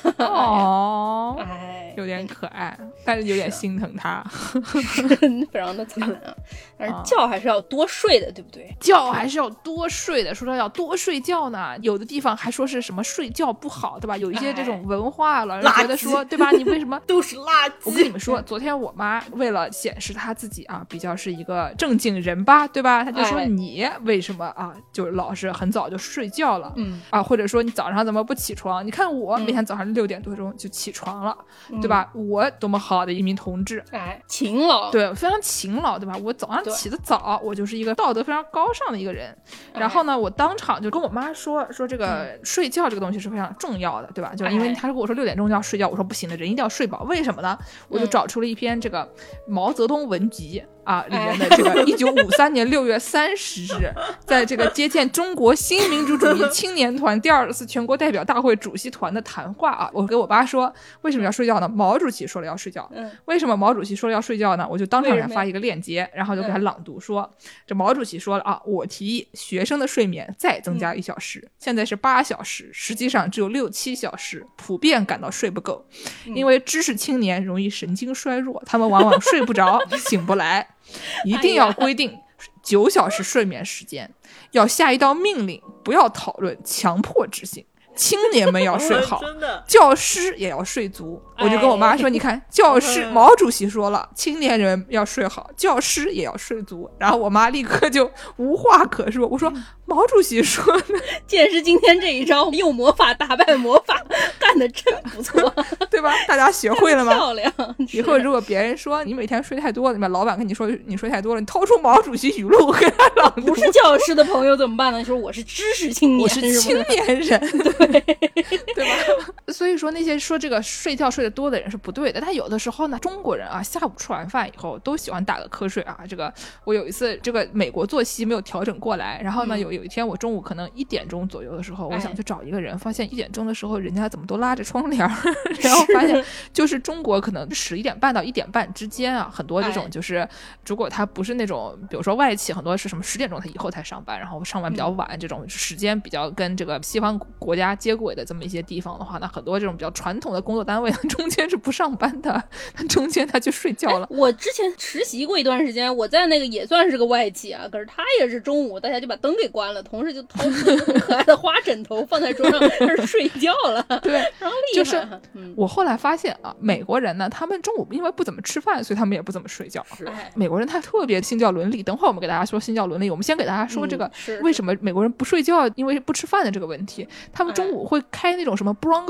B: 有点可爱，但是有点心疼他，
C: 非常的惨啊。但是觉还是要多睡的，对不对？
B: 觉还是要多睡的。说到要多睡觉呢，有的地方还说是什么睡觉不好，对吧？有一些这种文化了，人觉得说，对吧？你为什么
D: 都是垃圾？
B: 我跟你们说，昨天我妈为了显示她自己啊比较是一个正经人吧，对吧？她就说你为什么啊就老是很早就睡觉了，或者说你早上怎么不起床？你看我每天早上6点多钟就起床了，对吧？我多么好的一名同志，
C: 勤劳，
B: 对，非常勤劳，对吧？我早上起得早，我就是一个道德非常高尚的一个人。然后呢，我当场就跟我妈说这个睡觉这个东西是非常重要的，对吧？就因为她跟我说6点钟就要睡觉，我说不行的，人一定要睡饱。为什么呢？我就找出了一篇这个毛泽东文集里面的这个1953年6月30日，在这个接见中国新民主主义青年团第20次全国代表大会主席团的谈话啊，我给我爸说为什么要睡觉呢？毛主席说了要睡觉。为什么毛主席说了要睡觉呢？我就当场给他发一个链接，然后就给他朗读说，这毛主席说了啊，我提议学生的睡眠再增加1小时，现在是8小时，实际上只有6、7小时，普遍感到睡不够，因为知识青年容易神经衰弱，他们往往睡不着醒不来，一定要规定9小时睡眠时间，要下一道命令，不要讨论，强迫执行。青年们要睡好，教师也要睡足。我就跟我妈说，你看，教师毛主席说了，青年人要睡好，教师也要睡足。然后我妈立刻就无话可说。我说毛主席说的，
C: 见识今天这一招，用魔法打败魔法，干得真不错，
B: 对吧？大家学会了吗？
C: 漂亮。
B: 以后如果别人说你每天睡太多了，你们老板跟你说你睡太多了，你掏出毛主席语录跟他朗读。
C: 不是教师的朋友怎么办呢？说我是知识青年，
B: 我是青年人，
C: 对
B: 吧？所以说那些说这个睡觉睡得多的人是不对的。但有的时候呢，中国人啊，下午吃完饭以后都喜欢打个瞌睡啊。这个我有一次这个美国作息没有调整过来，然后呢有一天我中午可能1点钟左右的时候，我想去找一个人，发现1点钟的时候人家怎么都拉着窗帘，然后发现就是中国可能11点半到1点半之间啊，很多这种就是如果他不是那种比如说外企，很多是什么10点钟他以后才上班，然后上班比较晚，这种时间比较跟这个西方国家接轨的这么一些地方的话，那很多这种比较传统的工作单位中间是不上班的，中间他去睡觉了。
C: 我之前实习过一段时间，我在那个也算是个外企啊，可是他也是中午大家就把灯给关了，同事就掏出可爱的花枕头放在桌上开始睡觉了。
B: 对，
C: 然后
B: 就是我后来发现啊，美国人呢，他们中午因为不怎么吃饭，所以他们也不怎么睡觉。美国人他特别信教伦理，等会儿我们给大家说信教伦理，我们先给大家说这个为什么美国人不睡觉，因为不吃饭的这个问题。他们中午会开那种什么 brown bag lunch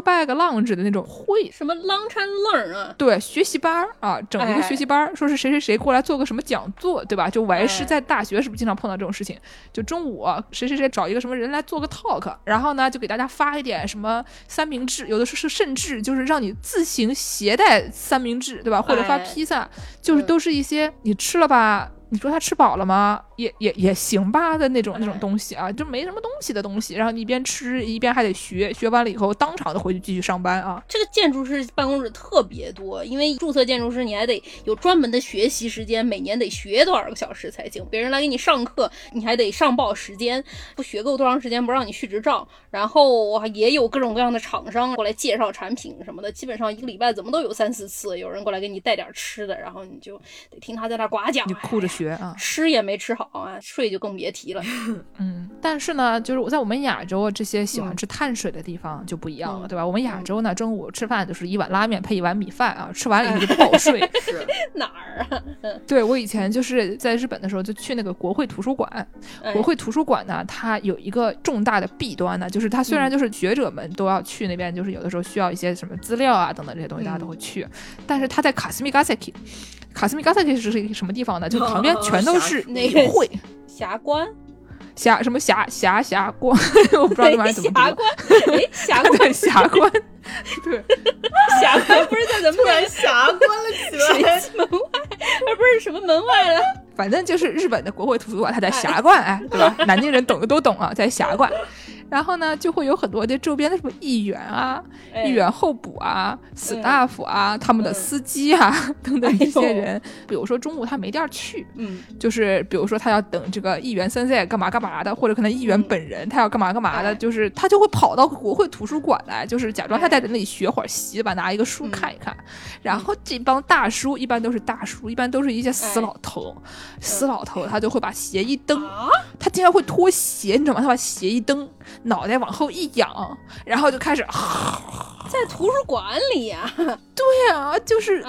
B: lounge 的那种会，
C: 什么 lunch and learn 啊？
B: 对，学习班啊，整一个学习班，说是谁谁谁过来做个什么讲座，对吧？就我还是在大学是不是经常碰到这种事情？就中午谁谁谁找一个什么人来做个 talk， 然后呢就给大家发一点什么三明治，有的时候是甚至就是让你自行携带三明治，对吧？或者发披萨，就是都是一些你吃了吧。你说他吃饱了吗？也行吧的那种东西啊，就没什么东西的东西，然后你一边吃一边还得学完了以后当场就回去继续上班啊。
C: 这个建筑师办公室特别多，因为注册建筑师你还得有专门的学习时间，每年得学多少个小时才行，别人来给你上课你还得上报时间，不学够多长时间不让你续执照，然后也有各种各样的厂商过来介绍产品什么的，基本上一个礼拜怎么都有3-4次有人过来给你带点吃的，然后你就得听他在那呱讲，
B: 你哭着学啊，
C: 吃也没吃好啊，睡就更别提了。
B: 但是呢，就是在我们亚洲这些喜欢吃碳水的地方就不一样了，对吧？我们亚洲呢，中午吃饭就是一碗拉面配一碗米饭啊，吃完了以后就不好睡。
C: 是哪儿啊？
B: 对，我以前就是在日本的时候就去那个国会图书馆，国会图书馆呢，它有一个重大的弊端呢，就是它虽然就是学者们都要去那边，就是有的时候需要一些什么资料啊等等这些东西，大家都会去，但是它在卡斯米嘎塞基。卡斯米嘎塞基是一个什么地方呢？就旁边全都是那个会
C: 霞关。
B: 什么霞关，我不知道那玩意怎么读。
C: 霞关，霞关，
B: 对，霞关，对，
C: 霞关不是在咱们
D: 突然霞关了起来，
C: 门外，而不是什么门外了。
B: 反正就是日本的国会图书馆，它在霞关，哎，对吧？南京人懂的都懂啊，在霞关。然后呢，就会有很多的周边的什么议员啊、议员候补啊、staff 啊、他们的司机啊等等这些人，比如说中午他没地儿去，就是比如说他要等这个议员先生干嘛干嘛的，或者可能议员本人他要干嘛干嘛的，就是他就会跑到国会图书馆来，就是假装他在那里学会儿习吧，拿一个书看一看。然后这帮大叔一般都是大叔，一般都是一些死老头，死老头他就会把鞋一蹬，他经常会脱鞋，你知道吗？他把鞋一蹬，脑袋往后一仰，然后就开始
C: 在图书馆里呀。
B: 对啊，就是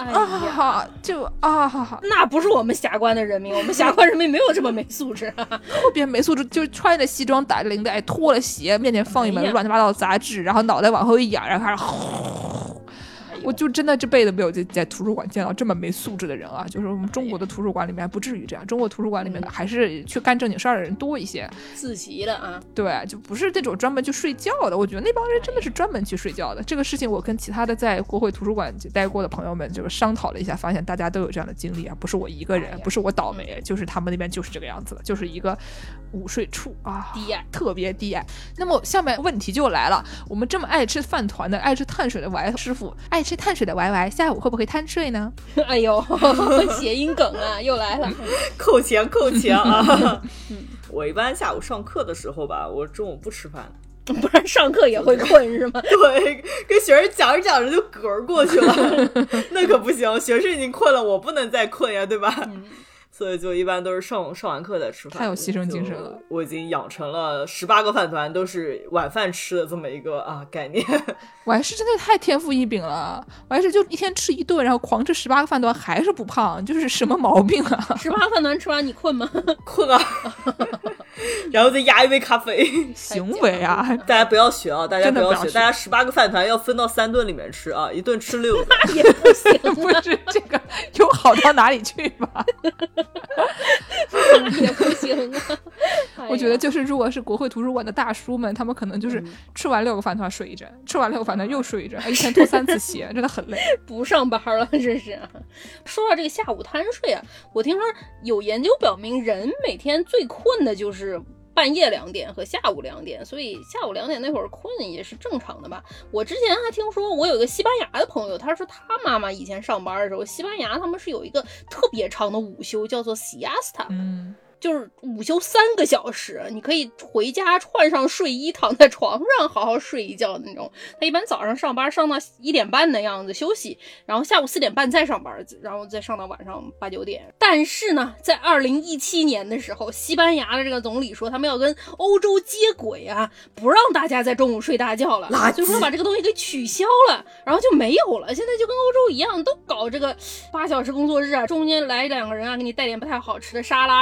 C: 那不是我们霞关的人民，我们霞关人民没有这么没素质啊。
B: 特别没素质，就穿着西装打着领带，脱了鞋，面前放一本乱七八糟的杂志，然后脑袋往后一仰，然后开始我就真的这辈子没有在图书馆见到这么没素质的人啊！就是我们中国的图书馆里面不至于这样，中国图书馆里面还是去干正经事儿的人多一些，
C: 自习的啊。
B: 对，就不是那种专门去睡觉的。我觉得那帮人真的是专门去睡觉的。这个事情我跟其他的在国会图书馆待过的朋友们就是商讨了一下，发现大家都有这样的经历啊，不是我一个人，不是我倒霉，就是他们那边就是这个样子的，就是一个午睡处啊，
C: 低矮，
B: 特别低矮。那么下面问题就来了，我们这么爱吃饭团的、爱吃碳水的Y师傅，爱吃碳水的 YY， 下午会不会贪睡呢？
C: 哎呦，谐音梗啊，又来了，
D: 扣钱啊！我一般下午上课的时候吧，我中午不吃饭，
C: 不然上课也会困是吗？
D: 对，跟学生讲着讲着就嗝过去了，那可不行，学生已经困了，我不能再困呀，对吧？所以就一般都是上完课再吃饭，
B: 太有牺牲精神了。
D: 我已经养成了18个饭团都是晚饭吃的这么一个概念。
B: 我还是真的太天赋异禀了，我还是就一天吃一顿，然后狂吃18个饭团还是不胖，就是什么毛病啊
C: ？18个饭团吃完你困吗？
D: 困啊。然后再压一杯咖啡，
B: 行为啊！
D: 大家不要学啊！大家不要学，大家18个饭团要分到3顿里面吃啊，一顿吃6个，
C: 那也不行，
B: 不是这个有好到哪里去吧？
C: 也不行啊！
B: 我觉得就是如果是国会图书馆的大叔们，他们可能就是吃完6个饭团睡一阵，吃完6个饭团又睡一阵，一天脱3次鞋，真的很累，
C: 不上班了，真是。说到这个下午贪睡啊，我听说有研究表明，人每天最困的就是半夜2点和下午2点，所以下午2点那会儿困也是正常的吧。我之前还听说，我有一个西班牙的朋友，他说他妈妈以前上班的时候，西班牙他们是有一个特别长的午休，叫做 siesta。就是午休3个小时，你可以回家换上睡衣，躺在床上好好睡一觉的那种。他一般早上上班上到1点半的样子休息，然后下午4点半再上班，然后再上到晚上8、9点。但是呢，在2017年的时候，西班牙的这个总理说他们要跟欧洲接轨啊，不让大家在中午睡大觉了，所以说把这个东西给取消了，然后就没有了。现在就跟欧洲一样，都搞这个8小时工作日啊，中间来2个人啊，给你带点不太好吃的沙拉什么玩意儿。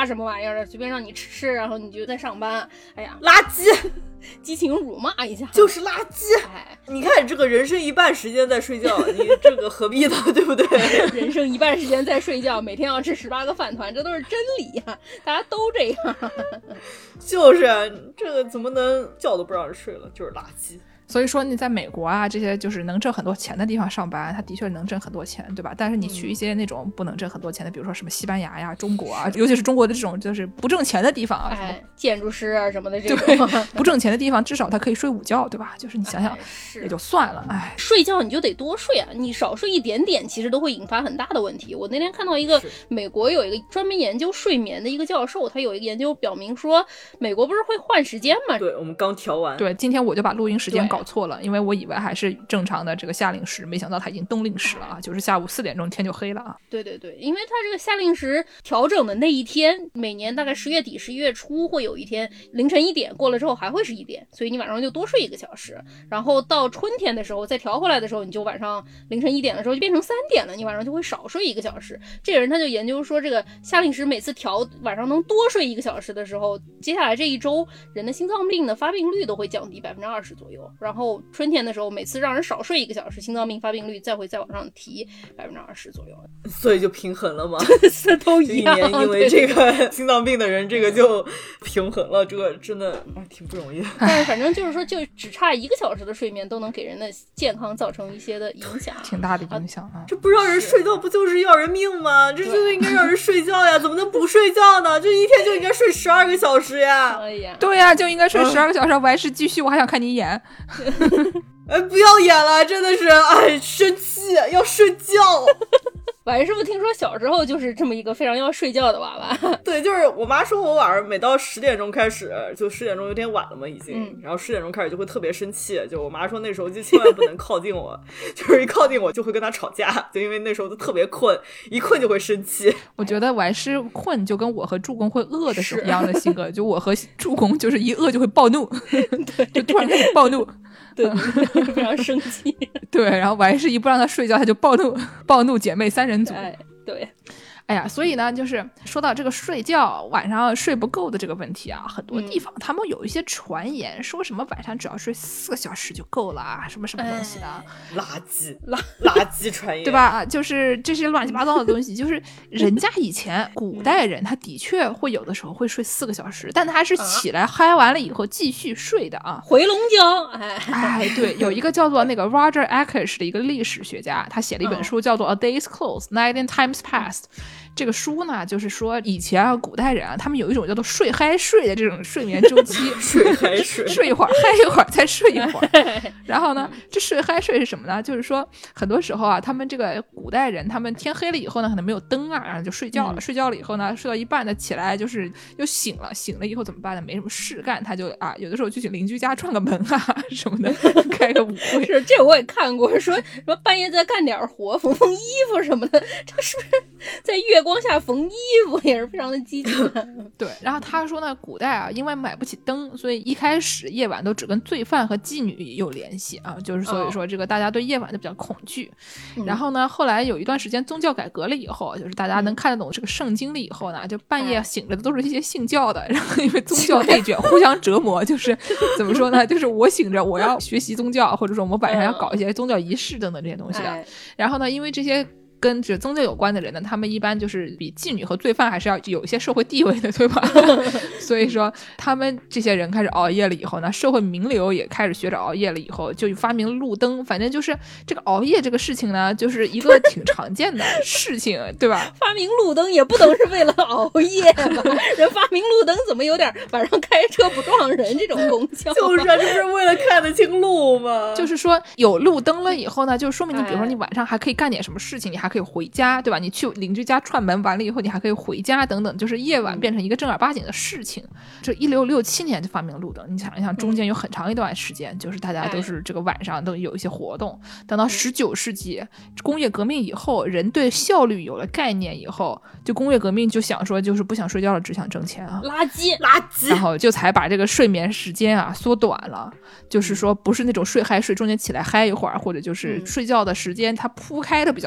C: 意儿随便让你吃，然后你就在上班，哎呀，
D: 垃圾，
C: 激情辱骂一下，
D: 就是垃圾。
C: 哎，
D: 你看这个人生一半时间在睡觉，你这个何必呢？对不对？
C: 人生一半时间在睡觉，每天要吃18个饭团，这都是真理呀，大家都这样。
D: 就是这个怎么能觉都不让人睡了，就是垃圾。
B: 所以说你在美国啊，这些就是能挣很多钱的地方上班，他的确能挣很多钱，对吧？但是你去一些那种不能挣很多钱的，比如说什么西班牙呀、中国啊，尤其是中国的这种就是不挣钱的地方啊，
C: 哎，建筑师啊什么的这种，
B: 对，不挣钱的地方，至少他可以睡午觉，对吧？就是你想想，也就算了，哎，
C: 睡觉你就得多睡啊，你少睡一点点，其实都会引发很大的问题。我那天看到一个美国有一个专门研究睡眠的一个教授，他有一个研究表明说，美国不是会换时间吗？
D: 对，我们刚调完。
B: 对，今天我就把录音时间搞错了，因为我以为还是正常的这个夏令时，没想到它已经冬令时了啊，就是下午4点钟天就黑了啊。
C: 对对对，因为它这个夏令时调整的那一天，每年大概10月底11月初会有一天凌晨1点，过了之后还会是1点，所以你晚上就多睡1个小时，然后到春天的时候再调回来的时候，你就晚上凌晨1点的时候就变成3点了，你晚上就会少睡1个小时。这个人他就研究说，这个夏令时每次调晚上能多睡1个小时的时候，接下来这一周人的心脏病的发病率都会降低20%左右，然后春天的时候每次让人少睡1个小时，心脏病发病率再会再往上提20%左右，
D: 所以就平衡了吗？
C: 都一样，
D: 一年因为这个心脏病的人，这个就平衡了，这个真的挺不容易的。
C: 但是反正就是说，就只差1个小时的睡眠都能给人的健康造成一些的影响，
B: 挺大的影响啊！
D: 这不让人睡觉不就是要人命吗？这就应该让人睡觉呀，怎么能不睡觉呢？这一天就应该睡12个小时呀！
C: 哎呀，
B: 对呀，就应该睡12个小时。我还是继续，我还想看你演。
D: 哎，不要演了，真的是，哎，生气，要睡觉。
C: 晚师傅听说小时候就是这么一个非常要睡觉的娃娃。
D: 对，就是我妈说我晚上每到10点钟开始，就10点钟有点晚了嘛已经，然后10点钟开始就会特别生气，就我妈说那时候就千万不能靠近我，就是一靠近我就会跟她吵架，就因为那时候都特别困，一困就会生气。
B: 我觉得晚师困就跟我和助攻会饿的时候一样的性格，就我和助攻就是一饿就会暴怒，就突然开始暴怒。
C: 对，非常生气。
B: 对，然后晚师一不让他睡觉，他就暴怒姐妹3人组。
C: 哎，对。
B: 哎呀，所以呢，就是说到这个睡觉晚上睡不够的这个问题啊，很多地方他们有一些传言，说什么晚上只要睡4个小时就够了啊，什么什么东西的，
D: 垃圾传言，
B: 对吧？就是这些乱七八糟的东西，就是人家以前古代人他的确会有的时候会睡4个小时，但他是起来嗨完了以后继续睡的啊，
C: 回笼觉。
B: 哎，对，有一个叫做那个 Roger Ackers 的一个历史学家，他写了一本书叫做 A Day's Close, Night and Times Past。这个书呢，就是说以前啊，古代人啊，他们有一种叫做睡嗨睡的这种睡眠周期，
D: 睡嗨睡，
B: 睡一会儿嗨一会儿再睡一会儿。然后呢，这睡嗨睡是什么呢？就是说很多时候啊，他们这个古代人，他们天黑了以后呢，可能没有灯啊，然后就睡觉了。睡觉了以后呢，睡到一半呢，起来就是又醒了，醒了以后怎么办呢？没什么事干，他就啊，有的时候去邻居家串个门啊什么的，开个舞会。
C: 是这我也看过，说半夜再干点活，缝缝衣服什么的，这是不是在月光下缝衣服也是非常的激情。
B: 对，然后他说呢，古代啊，因为买不起灯，所以一开始夜晚都只跟罪犯和妓女有联系啊，就是所以说这个大家对夜晚都比较恐惧。然后呢，后来有一段时间宗教改革了以后，就是大家能看得懂这个圣经了以后呢，就半夜醒着的都是一些信教的，然后因为宗教内卷互相折磨，就是怎么说呢，就是我醒着我要学习宗教，或者说我们晚上要搞一些宗教仪式等等这些东西的。然后呢，因为这些跟这宗教有关的人呢，他们一般就是比妓女和罪犯还是要有一些社会地位的，对吧？所以说他们这些人开始熬夜了以后呢，社会名流也开始学着熬夜了以后，就发明了路灯。反正就是这个熬夜这个事情呢，就是一个挺常见的事情，对吧？
C: 发明路灯也不能是为了熬夜吧？人发明路灯怎么有点晚上开车不撞人这种功效？
D: 就是这不是为了看得清路吗？
B: 就是说有路灯了以后呢，就说明你比如说你晚上还可以干点什么事情，你还可以回家，对吧？你去邻居家串门完了以后，你还可以回家等等，就是夜晚变成一个正儿八经的事情。这1667年就发明了路灯，你想一想，中间有很长一段时间，就是大家都是这个晚上都有一些活动。等到19世纪工业革命以后，人对效率有了概念以后，就工业革命就想说，就是不想睡觉了，只想挣钱啊，
C: 垃圾，
B: 然后就才把这个睡眠时间啊缩短了，就是说不是那种睡嗨睡，中间起来嗨一会儿，或者就是睡觉的时间它铺开的比较长，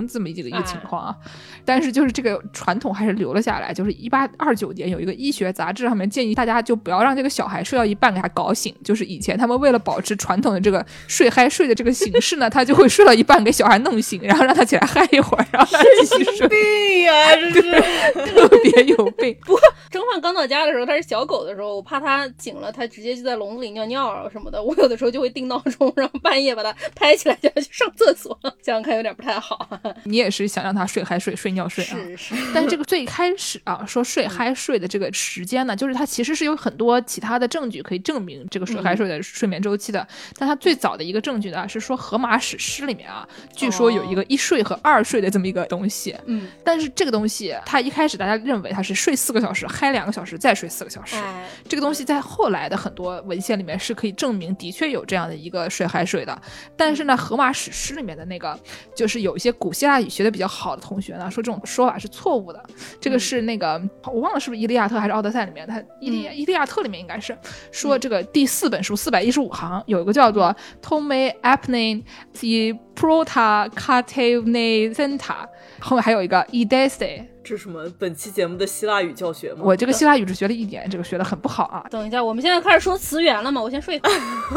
B: 这么一个情况啊。但是就是这个传统还是留了下来，就是1829年有一个医学杂志上面建议大家就不要让这个小孩睡到一半给他搞醒，就是以前他们为了保持传统的这个睡嗨睡的这个形式呢，他就会睡到一半给小孩弄醒，然后让他起来嗨一会儿，然后他继续睡。
D: 病呀，这是
B: 特别有病。
C: 不过甄嬛刚到家的时候，他是小狗的时候，我怕他醒了，他直接就在笼子里尿尿什么的，我有的时候就会定闹钟，然后半夜把他拍起来叫他去上厕所，这样看有点不太好。
B: 你也是想让他睡嗨睡睡尿睡啊？
C: 是。
B: 但是这个最开始啊，说睡嗨睡的这个时间呢，就是它其实是有很多其他的证据可以证明这个睡嗨睡的睡眠周期的。但它最早的一个证据呢，是说荷马史诗里面啊，据说有一个1睡和2睡的这么一个东西。但是这个东西，它一开始大家认为它是睡4个小时，嗨2个小时，再睡4个小时。这个东西在后来的很多文献里面是可以证明的确有这样的一个睡嗨睡的。但是呢，荷马史诗里面的那个，就是有一些古希腊语学的比较好的同学呢，说这种说法是错误的。这个是那个我忘了是不是伊利亚特还是奥德赛里面，它伊利亚特里面应该是说这个第4本书415行有一个叫做 Tome Apne the Prota Catenacentia， 后面还有一个 Edese。
D: 这是什么本期节目的希腊语教学吗？
B: 我这个希腊语只学了1点，这个学得很不好啊。
C: 等一下，我们现在开始说词源了吗？我先睡。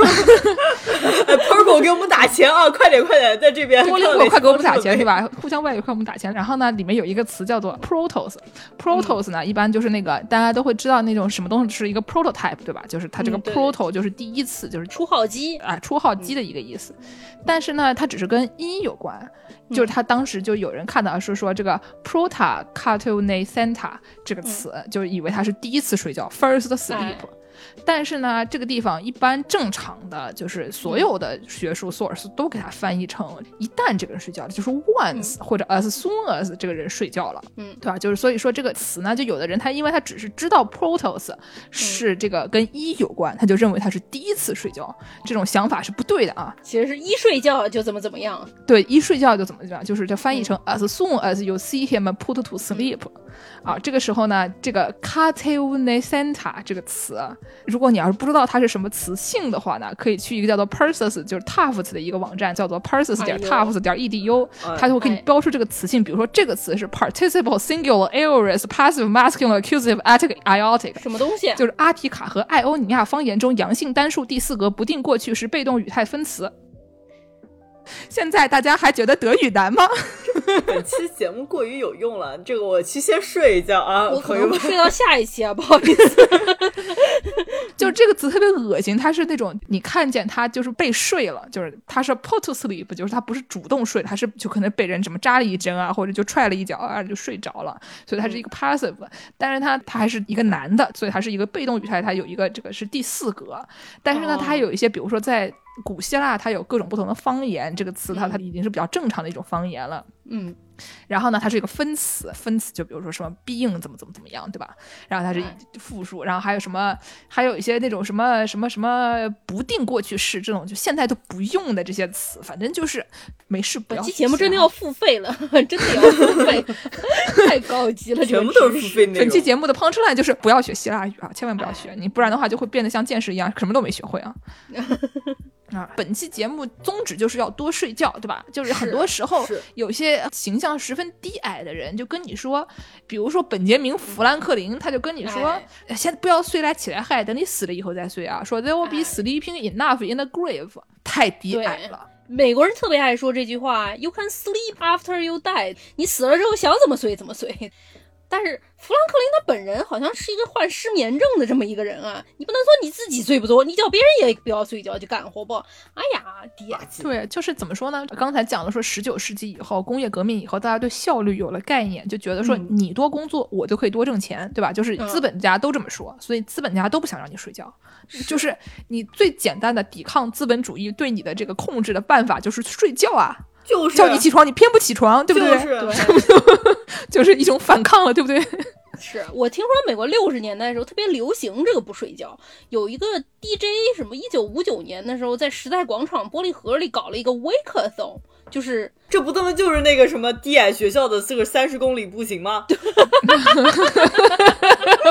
D: Purple 给我们打钱啊！快点，在这边。
B: 多邻国快给我们打钱是吧？互相外语快给我们打钱。然后呢，里面有一个词叫做 protos。protos 呢，一般就是那个大家都会知道那种什么东西是一个 prototype， 对吧？就是它这个 proto 就是第一次，就是
C: 初号机
B: 初号机的一个意思。但是呢，它只是跟音有关，就是他当时就有人看到说这个 prota Catenacentia 这个词，就以为它是第一次睡觉 first sleep。但是呢，这个地方一般正常的就是所有的学术 source 都给它翻译成一旦这个人睡觉了，就是 once 或者 as soon as 这个人睡觉了，对吧？就是所以说这个词呢，就有的人他因为他只是知道 protos 是这个跟一有关，他就认为他是第一次睡觉，这种想法是不对的啊。
C: 其实是一睡觉就怎么样，
B: 对，一睡觉就怎么样，就是这翻译成 as soon as you see him put to sleep。啊，这个时候呢，这个 Catenacentia 这个词，如果你要是不知道它是什么词性的话呢，可以去一个叫做 Persis 就是 Tufts 的一个网站，叫做 persis.tufts.edu， 它就会给你标出这个词性。比如说这个词是 participle singular aorist passive masculine accusative attic iotic，
C: 什么东西？
B: 就是阿提卡和艾欧尼亚方言中阳性单数第4格不定过去时被动语态分词。现在大家还觉得德语难吗？
D: 本期节目过于有用了，这个我去先睡一觉啊，
C: 我可能睡到下一期啊，不好意思。
B: 就这个词特别恶心，它是那种你看见它就是被睡了，就是它是 put to sleep， 就是它不是主动睡，它是就可能被人什么扎了一针啊，或者就踹了一脚啊就睡着了，所以它是一个 passive， 但是它还是一个男的，所以它是一个被动语态，它有一个这个是第4格，但是呢它有一些比如说在古希腊它有各种不同的方言，这个词它已经是比较正常的一种方言了。然后呢它是一个分词就比如说什么 being 怎么样，对吧？然后它是复数，然后还有什么还有一些那种什么不定过去式，这种就现在都不用的这些词，反正就是没事不要。
C: 本期节目真的要付费了，真的要付费。太高级了，
D: 全部都是付费内容。
B: 本期节目的 punchline 就是不要学希腊语啊，千万不要学，你不然的话就会变得像剑士一样什么都没学会啊。本期节目宗旨就是要多睡觉，对吧？就是很多时候有些形象十分低矮的人就跟你说，比如说本杰明·富兰克林，他就跟你说，先不要睡来起来嗨，等你死了以后再睡啊，说 there will be sleeping enough in the grave， 太低矮了。
C: 美国人特别爱说这句话 You can sleep after you die， 你死了之后想怎么睡怎么睡。但是富兰克林他本人好像是一个患失眠症的这么一个人啊，你不能说你自己睡不着，你叫别人也不要睡觉就干活不？哎呀，爹！
B: 对，就是怎么说呢？刚才讲了说19世纪以后，工业革命以后，大家对效率有了概念，就觉得说你多工作，我就可以多挣钱，对吧？就是资本家都这么说，所以资本家都不想让你睡觉。就是你最简单的抵抗资本主义对你的这个控制的办法就是睡觉啊。
D: 就是
B: 叫你起床你偏不起床，对不对？就是一种反抗了，对不对？
C: 是我听说美国60年代的时候特别流行这个不睡觉，有一个 DJ 什么1959年的时候在时代广场玻璃盒里搞了一个 Wake-a-thon， 就是
D: 这不就是那个什么低矮学校的这个30公里步行吗？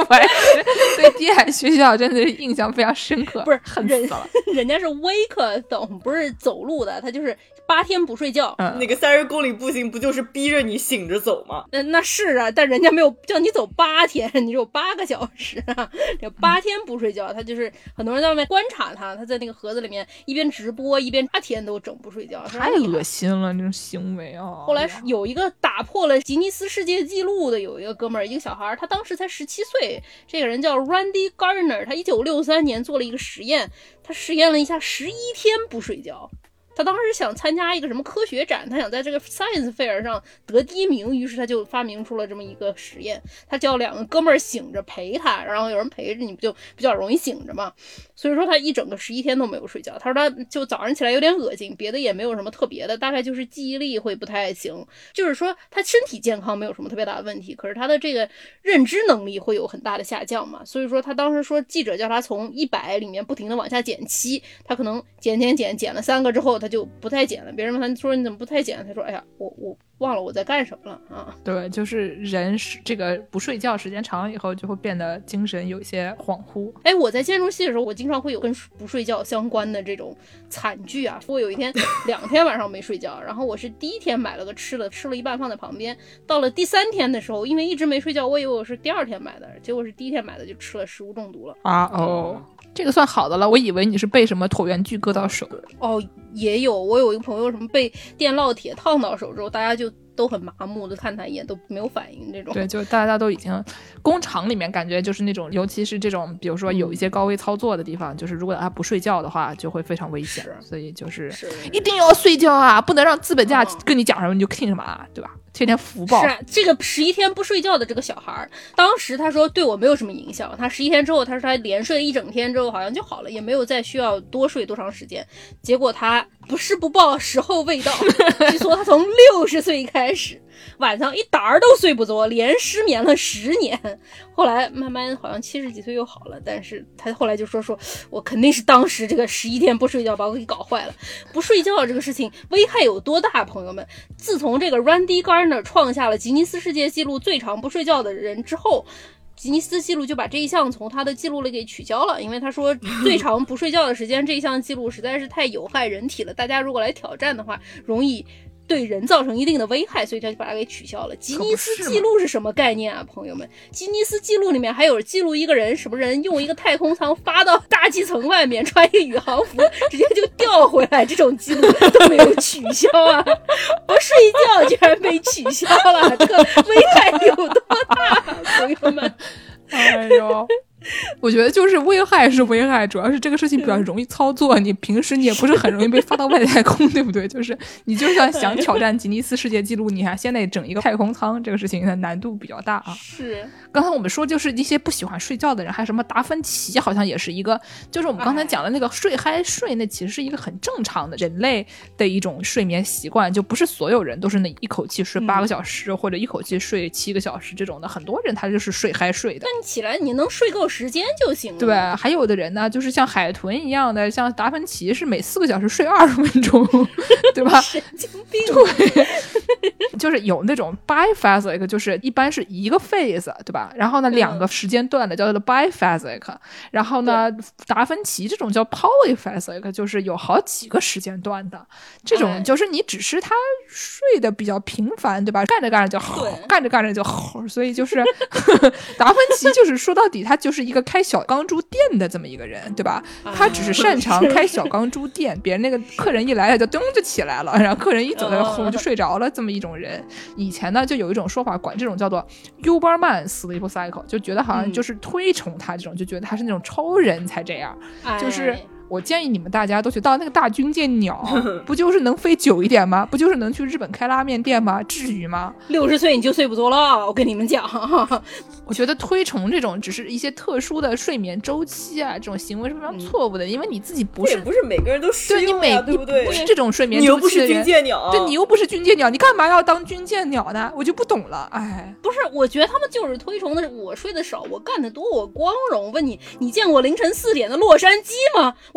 B: 我还是对地海学校真的是印象非常深刻，
C: 不是
B: 恨死了。
C: 人家是 wake 懂，不是走路的，他就是8天不睡觉。
D: 那个30公里步行不就是逼着你醒着走吗？
C: 那是啊，但人家没有叫你走8天，你只有8个小时啊，这8天不睡觉，他就是很多人在外面观察他在那个盒子里面一边直播一边8天都整不睡觉，
B: 太恶心了这种行为啊！
C: 后来有一个打破了吉尼斯世界纪录的，有一个哥们儿，一个小孩，他当时才17岁，这个人叫 Randy Gardner， 他1963年做了一个实验，他实验了一下11天不睡觉。他当时想参加一个什么科学展，他想在这个 Science Fair 上得第1名，于是他就发明出了这么一个实验，他叫2个哥们儿醒着陪他，然后有人陪着你不就比较容易醒着嘛，所以说他一整个11天都没有睡觉。他说他就早上起来有点恶心，别的也没有什么特别的，大概就是记忆力会不太行，就是说他身体健康没有什么特别大的问题，可是他的这个认知能力会有很大的下降嘛，所以说他当时说记者叫他从100里面不停的往下减7，他可能减了3个之后他就不太减了，别人问他说你怎么不太减，他说哎呀我忘了我在干什么了啊。
B: 对，就是人这个不睡觉时间长了以后就会变得精神有一些恍惚。
C: 哎，我在建筑系的时候我经常会有跟不睡觉相关的这种惨剧啊。我有一天2天晚上没睡觉，然后我是第1天买了个吃了一半放在旁边，到了第3天的时候因为一直没睡觉，我以为我是第2天买的，结果是第1天买的就吃了食物中毒了
B: 啊。哦，这个算好的了，我以为你是被什么椭圆锯割到手。
C: 哦，也有，我有一个朋友什么被电烙铁烫到手之后，大家就都很麻木的看他一眼都没有反应这种。
B: 对，就大家都已经工厂里面感觉就是那种，尤其是这种比如说有一些高危操作的地方，就是如果他不睡觉的话就会非常危险，所以就是一定要睡觉啊，不能让资本家跟你讲什么你就听什么啊，对吧？天天福报。
C: 是啊，这个11天不睡觉的这个小孩，当时他说对我没有什么影响，他11天之后他说他连睡了1整天之后好像就好了，也没有再需要多睡多长时间。结果他不是不报，时候未到。据说他从60岁开始晚上一点儿都睡不着，连失眠了10年，后来慢慢好像70几岁又好了，但是他后来就说我肯定是当时这个11天不睡觉把我给搞坏了。不睡觉这个事情危害有多大，朋友们，自从这个 Randy Gardner 创下了吉尼斯世界纪录最长不睡觉的人之后，吉尼斯纪录就把这一项从他的记录里给取消了，因为他说最长不睡觉的时间这一项记录实在是太有害人体了，大家如果来挑战的话容易对人造成一定的危害，所以他就把它给取消了。吉尼斯纪录是什么概念啊，朋友们？吉尼斯纪录里面还有记录一个人，什么人用一个太空舱发到大气层外面，穿一个宇航服直接就掉回来，这种记录都没有取消啊！不睡觉居然被取消了，这个危害有多大，朋友们？
B: 哎呦，我觉得就是危害是危害，主要是这个事情比较容易操作，你平时你也不是很容易被发到外太空，对不对？就是你就算想挑战吉尼斯世界纪录，你还先得整一个太空舱，这个事情的难度比较大啊。
C: 是，
B: 刚才我们说就是一些不喜欢睡觉的人，还有什么达芬奇好像也是一个，就是我们刚才讲的那个睡嗨睡，那其实是一个很正常的人类的一种睡眠习惯，就不是所有人都是那一口气睡8个小时，或者一口气睡7个小时这种的，很多人他就是睡嗨睡的。
C: 但起来你能睡够时间就行了。
B: 对，还有的人呢，就是像海豚一样的，像达芬奇是每4个小时睡20分钟，对吧？
C: 神经病。
B: 对，就是有那种 biphasic， 就是一般是一个 phase， 对吧？然后呢，2个时间段的叫做 biphasic， 然后呢，达芬奇这种叫 polyphasic， 就是有好几个时间段的。这种就是你只是他睡得比较频繁，对吧？干着干着就好，干着干着就好，所以就是达芬奇就是说到底他就是一个开小钢珠店的这么一个人，对吧？他只是擅长开小钢珠店，别人那个客人一来他就咚就起来了，然后客人一走他就轰就睡着了，这么一种人。以前呢就有一种说法管这种叫做 Uberman Sleep Cycle， 就觉得好像就是推崇他这种，就觉得他是那种超人才这样，就是我建议你们大家都去到那个大军舰鸟，不就是能飞久一点吗？不就是能去日本开拉面店吗？至于吗
C: ？60岁你就睡不着了，我跟你们讲。
B: 我觉得推崇这种只是一些特殊的睡眠周期啊，这种行为是非常错误的，因为你自己不是
D: 每个人都适用呀，对不对？
B: 你不是这种睡眠
D: 周期的人，你又不是军舰鸟，
B: 对，你又不是军舰鸟，你干嘛要当军舰鸟呢？我就不懂了，哎，
C: 不是，我觉得他们就是推崇的我睡得少，我干得多，我光荣。问你，你见过凌晨4点的洛杉矶吗？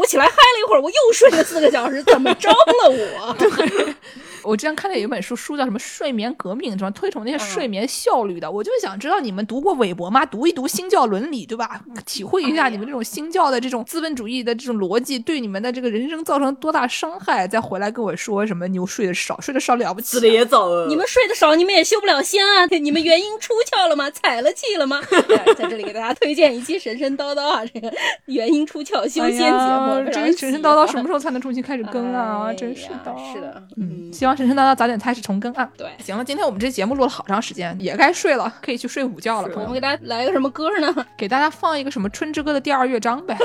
C: 我起来嗨了一会儿，我又睡了4个小时，怎么着了我？
B: 对，我之前看见有一本书叫什么睡眠革命，什么推崇那些睡眠效率的，我就想知道你们读过韦伯吗？读一读新教伦理，对吧？体会一下你们这种新教的这种资本主义的这种逻辑对你们的这个人生造成多大伤害，再回来跟我说什么牛睡得少，睡得少了不起，
D: 死的也早了。
C: 你们睡得少，你们也修不了仙啊！你们元婴出窍了吗？踩了气了吗？在这里给大家推荐一期神神叨叨啊，这个元婴出窍修仙节目，
B: 这个神神叨叨什么时候才能重新开始更啊？真是的，
C: 是的，
B: 希望神神叨叨早点开始重更啊。
C: 对，
B: 行了，今天我们这节目录了好长时间，也该睡了，可以去睡午觉了。
C: 我们给大家来个什么歌呢？
B: 给大家放一个什么《春之歌》的第2乐章呗。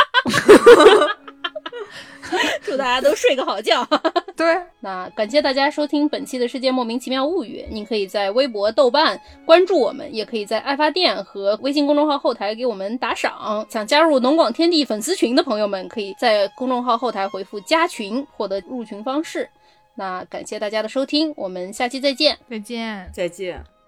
C: 祝大家都睡个好觉。
B: 对，
C: 那感谢大家收听本期的世界莫名其妙物语。您可以在微博、豆瓣关注我们，也可以在爱发电和微信公众号后台给我们打赏。想加入农广天地粉丝群的朋友们，可以在公众号后台回复加群获得入群方式。那感谢大家的收听，我们下期再见。
B: 再见。
D: 再见。